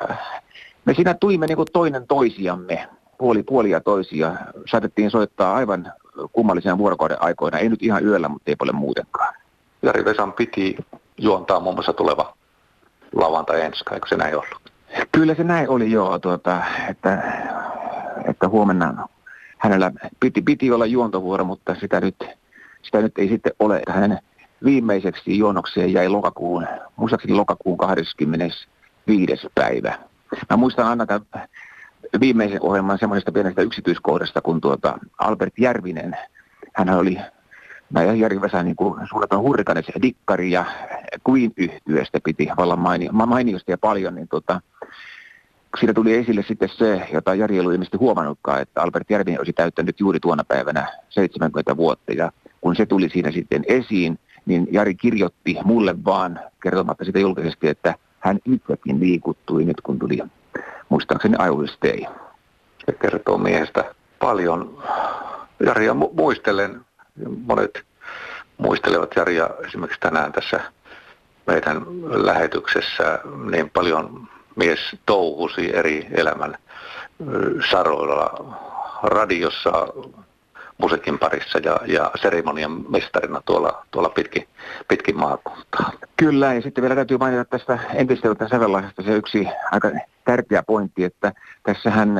me siinä tuimme niin kuin toinen toisiamme, puoli puolia toisia. Saatettiin soittaa aivan kummallisena vuorokauden aikoina, ei nyt ihan yöllä, mutta ei paljon muutenkaan. Jari Vesan piti juontaa muun muassa tuleva lauantai ensi, eikö se näin ollut? Kyllä se näin oli joo, tuota, että, että huomenna hänellä piti, piti olla juontovuoro, mutta sitä nyt, sitä nyt ei sitten ole. Hänen viimeiseksi juonokseen jäi lokakuun, muistaakseni lokakuun kahdeskymmenesviides päivä. Mä muistan aina tämän viimeisen ohjelman semmoisesta pienestä yksityiskohdasta, kun tuota Albert Järvinen, hän oli näin Jari Vesa niin kuin suunnaton hurrikanes dikkari ja Queen-yhtyeestä piti vallan mainio, mainiosta ja paljon, niin tuota, siinä tuli esille sitten se, jota Jari ei ollut ilmeisesti huomannutkaan, että Albert Järvinen olisi täyttänyt juuri tuona päivänä seitsemänkymmentä vuotta ja kun se tuli siinä sitten esiin, niin Jari kirjoitti mulle vaan kertomatta sitä julkisesti, että hän itsekin liikuttui nyt kun tuli muistaakseni I Will Stay. Se kertoo miehestä paljon. Jaria mu- muistelen, monet muistelevat Jaria esimerkiksi tänään tässä meidän lähetyksessä, niin paljon mies touhusi eri elämän saroilla, radiossa, musiikin parissa ja, ja seremonian mestarina tuolla, tuolla pitkin, pitkin maakuntaa. Kyllä, ja sitten vielä täytyy mainita tästä entiseltä sävellaisesta se yksi aika tärkeä pointti, että tässähän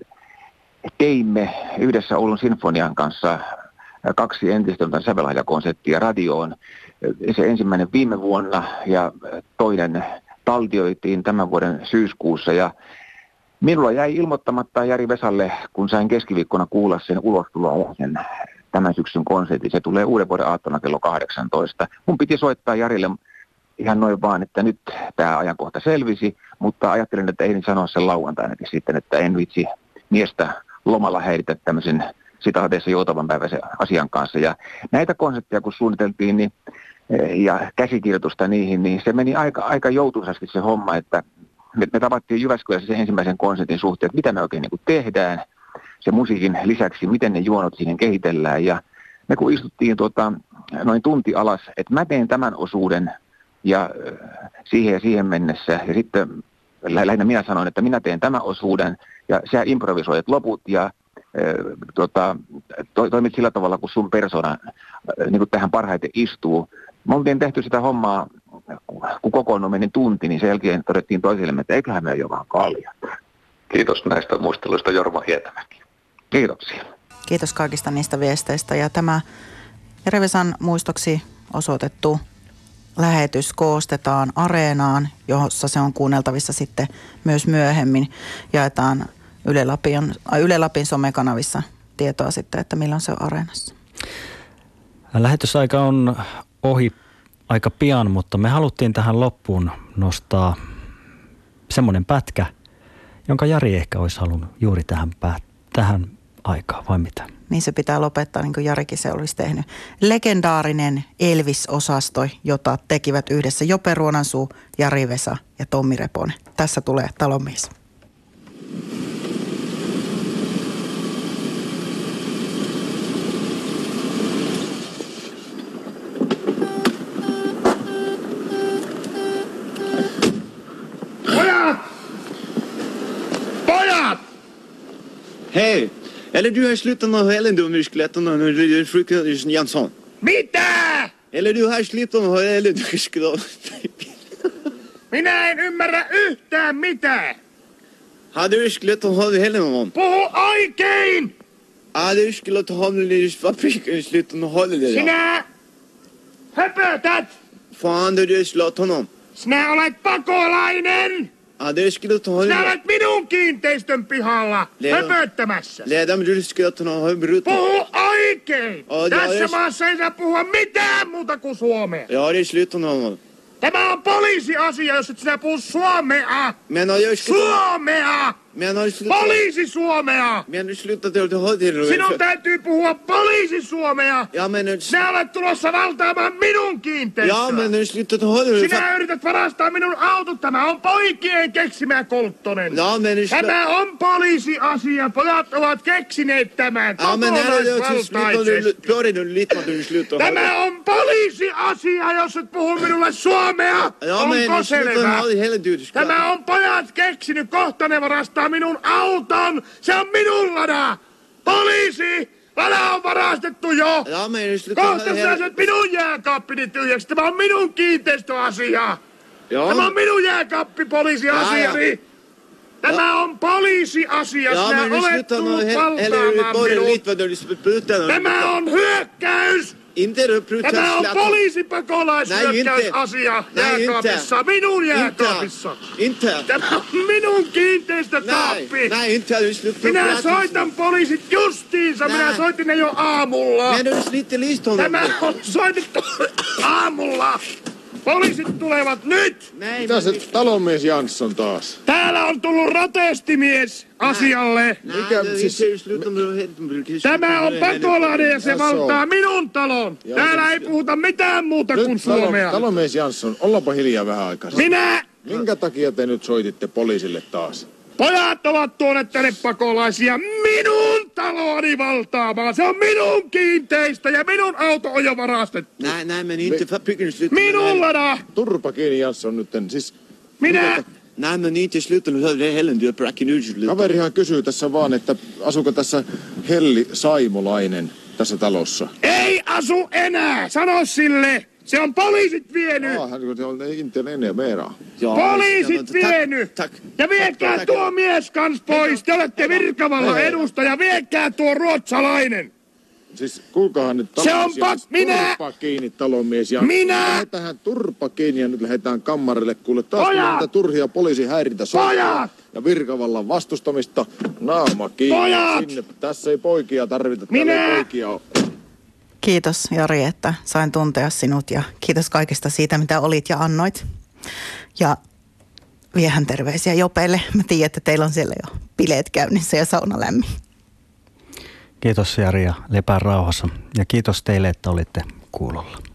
teimme yhdessä Oulun Sinfonian kanssa kaksi entistä sävelahjakonseptia radioon. Se ensimmäinen viime vuonna ja toinen taltioitiin tämän vuoden syyskuussa ja minulla jäi ilmoittamatta Jari Vesalle, kun sain keskiviikkona kuulla sen ulostuloa sen tämän syksyn konsertin. Se tulee uuden vuoden aattona kello kahdeksantoista. Mun piti soittaa Jarille ihan noin vaan, että nyt tämä ajankohta selvisi, mutta ajattelin, että ei sanoa sen lauantainakin sitten, että en vitsi miestä lomalla häiritä tämmöisen sitaateessa joutavan päiväisen asian kanssa. Ja näitä konsepteja kun suunniteltiin niin, ja käsikirjoitusta niihin, niin se meni aika, aika joutuisasti se homma, että me, me tavattiin Jyväskylässä sen ensimmäisen konsertin suhteen, että mitä me oikein niin kuin tehdään, se musiikin lisäksi, miten ne juonot siihen kehitellään. Ja me kun istuttiin tuota, noin tunti alas, että mä teen tämän osuuden ja siihen ja siihen mennessä, ja sitten lähinnä minä sanoin, että minä teen tämän osuuden, ja sä improvisoit loput, ja Tota, to, toimit sillä tavalla, kun sun persona niin kuin tähän parhaiten istuu. Me oltiin tehty sitä hommaa, kun kokoonnumme niin tunti, niin sen jälkeen todettiin toisillemme, että eiköhän me jo vaan kaljat. Kiitos näistä muisteluista, Jorma Hietämäki. Kiitoksia. Kiitos kaikista niistä viesteistä. Ja tämä Jari Vesan muistoksi osoitettu lähetys koostetaan Areenaan, jossa se on kuunneltavissa sitten myös myöhemmin. Jaetaan Yle Lapin, Yle Lapin somekanavissa tietoa sitten, että milloin se on Areenassa. Lähetysaika on ohi aika pian, mutta me haluttiin tähän loppuun nostaa semmoinen pätkä, jonka Jari ehkä olisi halunnut juuri tähän, päät- tähän aikaan, vai mitä? Niin se pitää lopettaa, niin kuin Jarikin se olisi tehnyt. Legendaarinen Elvis-osasto, jota tekivät yhdessä Jope Ruonansuu, Jari Vesa ja Tommi Reponen. Tässä tulee Talonmies. Hej! Eller du har slutat med hellendommuskuletten när du är frukten Jansson. Mitä? Eller du har slutat med hellendommuskuletten. Minä en ymmärrä yhtään mitään. Har du slutat med hellendommen? Puhu oikein! Har du slutat med fabriken slutat med hellendommen? Sinä höpötät! Fan, du har slutat honom. Sinä olet pakolainen! Sinä olet minun kiinteistön pihalla höpöttämässä. Puhu oikein! Tässä maassa ei saa puhua mitään muuta kuin suomea. Tämä on poliisi! poliisiasia, jos et sinä puhu suomea. Suomea! Poliisi suomea! Sinun täytyy puhua poliisi suomea. Sinä olet tulossa valtaamaan minun kiinteistöä. Sinä yrität varastaa minun autot. Tämä on poikien keksimä, Kolttonen. Tämä on poliisiasia. Pojat ovat keksineet tämän kokonaisvaltaisesti. Tämä on poliisiasia, jos et puhu minulle suomea. Onko selvä? Tämä on pojat keksinyt. Kohta ne varastaa minun auton. Se on minun lada. Poliisi! Lada on varastettu jo. Kohta sinä syöt minun jääkaappini tyhjäksi. Tämä on minun kiinteistöasia. Tämä on minun jääkaappipoliisiasiani. Tämä on poliisiasia. Sinä olet tullut valtaamaan minun. Tämä on hyökkäys. Tämä on poliisipakolaishyökkäysasia jääkaapissa, minun jääkaapissa. Tämä on minun kiinteistökaappi. Minä soitan poliisit justiinsa, minä soitin ne jo aamulla. Tämä on soitettu aamulla. Poliisit tulevat nyt! Mitä se talonmies Jansson taas? Täällä on tullut protestimies asialle. Mikä siis... Tämä on pakolainen ja se valtaa minun talon. Täällä ei puhuta mitään muuta kuin suomea. Talonmies Jansson, ollaanpa hiljaa vähän aikaa. Minä! Minkä takia te nyt soititte poliisille taas? Pojat ovat tuoneet tänne pakolaisia minun taloani valtaamaan. Se on minun kiinteistä ja minun auto on jo varastettu. Minun lada! Turpa kiinni Jansson nytten. Siis, minä? Kaverihan kysyy tässä vaan, että asuuko tässä Helli Saimolainen tässä talossa? Ei asu enää! Sano sille! Se on poliisit vienyt! Ah, hän on inte enää mera. Poliisit vienyt! Ja viekää tuo mies kans pois! Te olette virkavalla edustaja! Viekää tuo ruotsalainen! Siis kuulkaahan nyt se on pak... Minä! Turpa kiinni talonmies ja... Minä! Lähetään turpa kiinni ja nyt lähdetään kammarille. Kuule taas näitä turhia poliisihäirintä soittaa. Ja virkavallan vastustamista. Naama kiinni. Pojat! Sinne. Tässä ei poikia tarvita. Minä! Täällä ei poikia ole. Kiitos Jari, että sain tuntea sinut ja kiitos kaikesta siitä, mitä olit ja annoit. Ja viehän terveisiä Jopeille. Mä tiedän, että teillä on siellä jo bileet käynnissä ja sauna lämmin. Kiitos Jari ja lepää rauhassa. Ja kiitos teille, että olitte kuulolla.